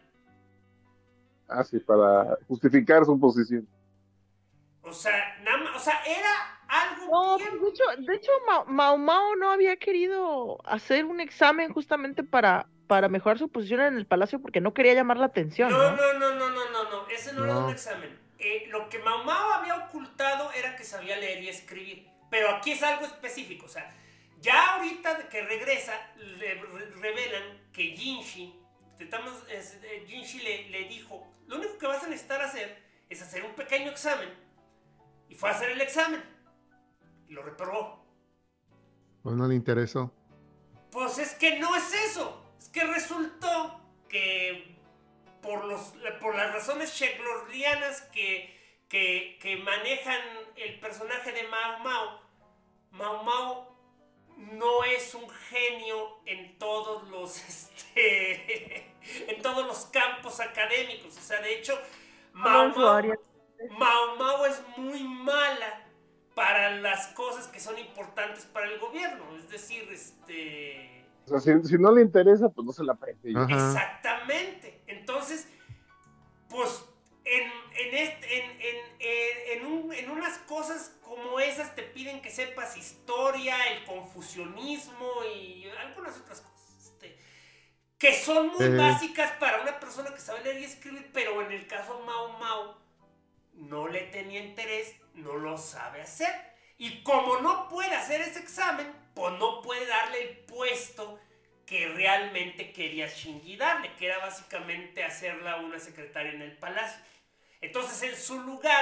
Ah, sí, para justificar su posición. O sea, nada más, o sea, era algo No, bien... pues de hecho, de hecho Ma- Mao Mao no había querido hacer un examen justamente para, para mejorar su posición en el palacio porque no quería llamar la atención, No, ¿no? no, no, no, no, no, no, ese no, no. era un No. examen. Eh, lo que Mao Mao había ocultado era que sabía leer y escribir. Pero aquí es algo específico, o sea, ya ahorita que regresa, le re revelan que Jinshi, estamos, es, eh, Jinshi le, le dijo, lo único que vas a necesitar hacer es hacer un pequeño examen. Y fue a hacer el examen. Y lo reprobó. Pues no le interesó. Pues es que no es eso. Es que resultó que por, los, por las razones shecklordianas que, que, que manejan el personaje de Mao Mao, Mao Mao no es un genio en todos los este, en todos los campos académicos. O sea, de hecho, Mao Mao, Mao Mao es muy mala para las cosas que son importantes para el gobierno. Es decir, este... O sea, si, si no le interesa, pues no se la preste. Exactamente. Entonces, pues, en, en, este, en, en, en, en, un, en unas cosas como esas te piden que sepas historia, el confucianismo y algunas otras cosas. Este, que son muy eh. básicas para una persona que sabe leer y escribir, pero en el caso Mao Mao no le tenía interés, no lo sabe hacer. Y como no puede hacer ese examen, pues no puede darle el puesto que realmente quería Shinji darle, que era básicamente hacerla una secretaria en el palacio. Entonces, en su lugar,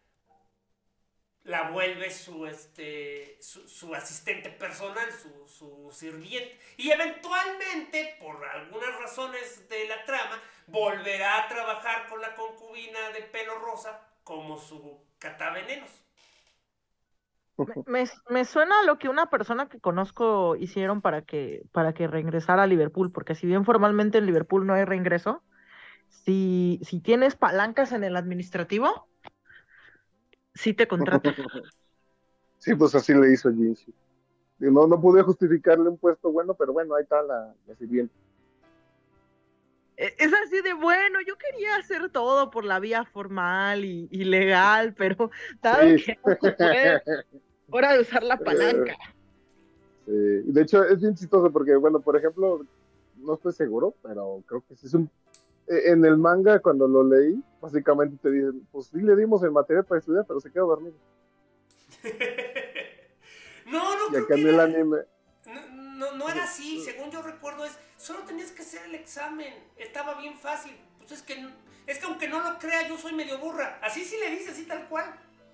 la vuelve su, este, su, su asistente personal, su, su sirviente. Y eventualmente, por algunas razones de la trama, volverá a trabajar con la concubina de pelo rosa como su catavenenos. Me, me, me suena a lo que una persona que conozco hicieron para que, para que reingresara a Liverpool, porque si bien formalmente en Liverpool no hay reingreso, si, si tienes palancas en el administrativo, sí te contratan. Sí, pues así le hizo Jinshi. No, no pude justificarle un puesto bueno, pero bueno, ahí está la, la siguiente. Es así de, bueno, yo quería hacer todo por la vía formal y, y legal, pero dado sí. que no se puede, hora de usar la palanca. Sí. De hecho, es bien chistoso porque, bueno, por ejemplo, no estoy seguro, pero creo que sí es un... En el manga, cuando lo leí, básicamente te dicen, pues sí le dimos el material para estudiar, pero se quedó dormido. No, no, y acá en el era... anime... No, no, no era así, según yo recuerdo es, solo tenías que hacer el examen, estaba bien fácil. Pues es que, es que aunque no lo crea, yo soy medio burra. Así sí le dice, así tal cual.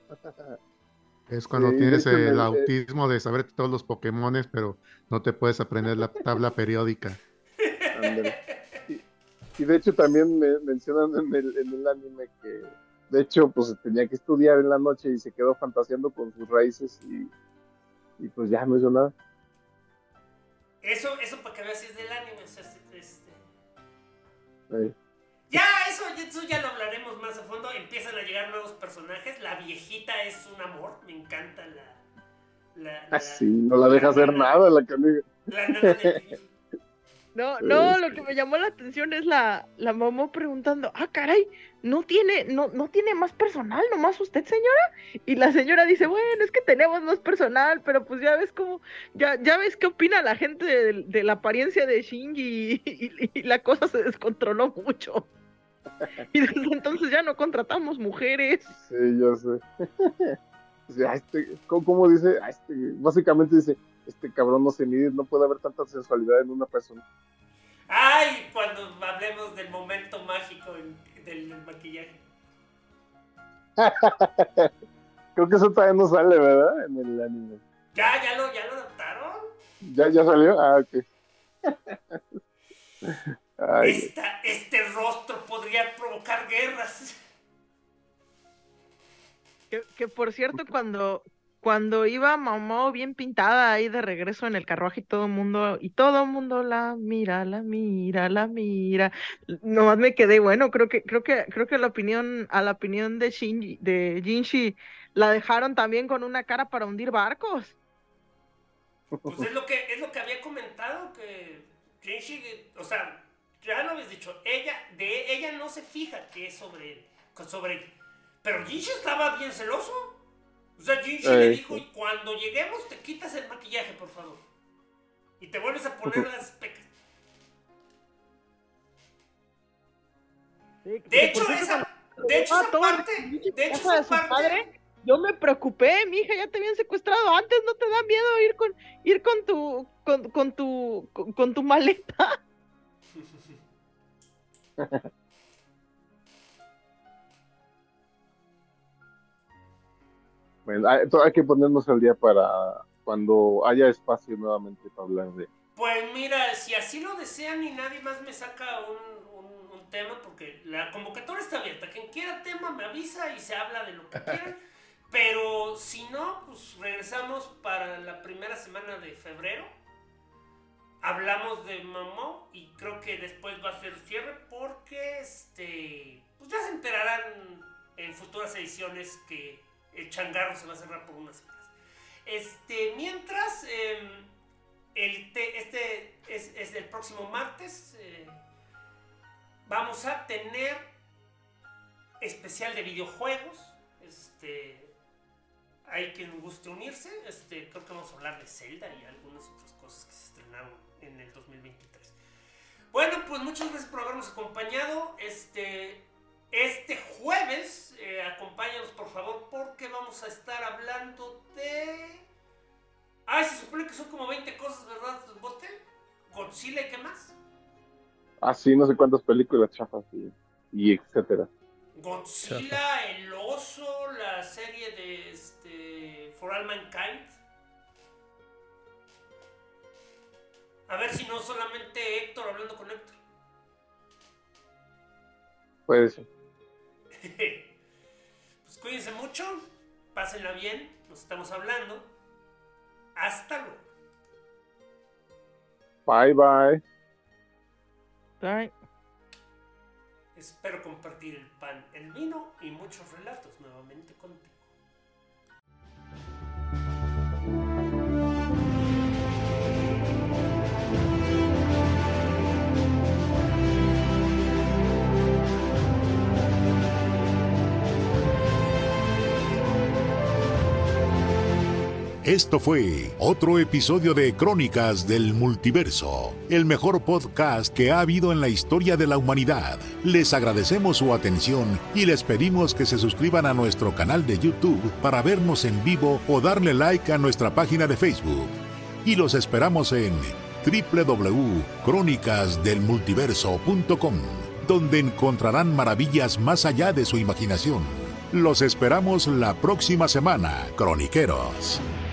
Es cuando sí, tienes el, el autismo de saber todos los Pokémones, pero no te puedes aprender la tabla periódica. y, y de hecho también me mencionan en el, en el anime que, de hecho, pues tenía que estudiar en la noche y se quedó fantaseando con sus raíces y, y pues ya no hizo nada. Eso, eso para que veas si es del anime, o sea, este... Sí. Ya, eso, eso ya lo hablaremos más a fondo. Empiezan a llegar nuevos personajes. La viejita es un amor, me encanta la... la, ah, la sí, no la deja la hacer nana, nada la caniga. La nana de... No, no, lo que me llamó la atención es la, la mamá preguntando, ah, caray, ¿no tiene, no, no tiene más personal, nomás usted, señora? Y la señora dice, bueno, es que tenemos más personal, pero pues ya ves cómo, ya, ya ves qué opina la gente de, de la apariencia de Shinji y, y, y la cosa se descontroló mucho. Y desde entonces ya no contratamos mujeres. Sí, ya sé. O sea, este, ¿cómo, cómo dice? Este, básicamente dice, este cabrón no se mide, no puede haber tanta sensualidad en una persona. Ay, cuando hablemos del momento mágico del, del maquillaje. Creo que eso todavía no sale, ¿verdad? En el anime. Ya, ya lo, ya lo adaptaron. ¿Ya, ya salió? Ah, ok. Ay, Esta, este rostro podría provocar guerras. Que, que por cierto, cuando, cuando iba Momo bien pintada ahí de regreso en el carruaje y todo el mundo, y todo el mundo la mira, la mira, la mira. Nomás me quedé, bueno, creo que, creo que, creo que la opinión, a la opinión de Shinji, de Jinshi, la dejaron también con una cara para hundir barcos. Pues es lo que, es lo que había comentado, que Jinshi, o sea, ya lo habéis dicho, ella, de ella no se fija que es sobre él, sobre él. Pero Jinshi estaba bien celoso. O sea, Jinshi Ay, le dijo, sí. cuando lleguemos te quitas el maquillaje, por favor. Y te vuelves a poner las pecas. Sí, De hecho, por cierto, esa, cuando- de hecho, Ah, esa todo parte, el pinche de hecho, casa de esa su parte, padre, yo me preocupé, mija, ya te habían secuestrado antes, ¿no te da miedo ir con ir con tu con, con tu con, con tu maleta? Bueno, hay, to- hay que ponernos al día para cuando haya espacio nuevamente para hablar de... pues mira, si así lo desean y nadie más me saca un, un, un tema, porque la convocatoria está abierta. Quien quiera tema me avisa y se habla de lo que quieran. Pero si no, pues regresamos para la primera semana de febrero. Hablamos de Momo y creo que después va a ser cierre porque este, pues ya se enterarán en futuras ediciones que el changarro se va a cerrar por unas semanas. Este, mientras, eh, el te, este es, es el próximo martes, eh, vamos a tener especial de videojuegos. Este, hay quien guste unirse. Este, creo que vamos a hablar de Zelda y algunas otras cosas que se estrenaron en el dos mil veintitrés. Bueno, pues muchas gracias por habernos acompañado. Este, este jueves, eh, acompáñanos por favor, porque vamos a estar hablando de... Ay, se supone que son como veinte cosas, ¿verdad, Bote? Godzilla y qué más. Ah, sí, no sé cuántas películas chafas y, y etcétera. Godzilla, el oso, la serie de este, For All Mankind. A ver si no solamente Héctor hablando con Héctor. Puede ser. Pues cuídense mucho, pásenla bien, nos estamos hablando. Hasta luego. Bye, bye. Ay, Espero compartir el pan, el vino y muchos relatos nuevamente contigo. Esto fue otro episodio de Crónicas del Multiverso, el mejor podcast que ha habido en la historia de la humanidad. Les agradecemos su atención y les pedimos que se suscriban a nuestro canal de YouTube para vernos en vivo o darle like a nuestra página de Facebook. Y los esperamos en doble u doble u doble u punto crónicas del multiverso punto com, donde encontrarán maravillas más allá de su imaginación. Los esperamos la próxima semana, croniqueros.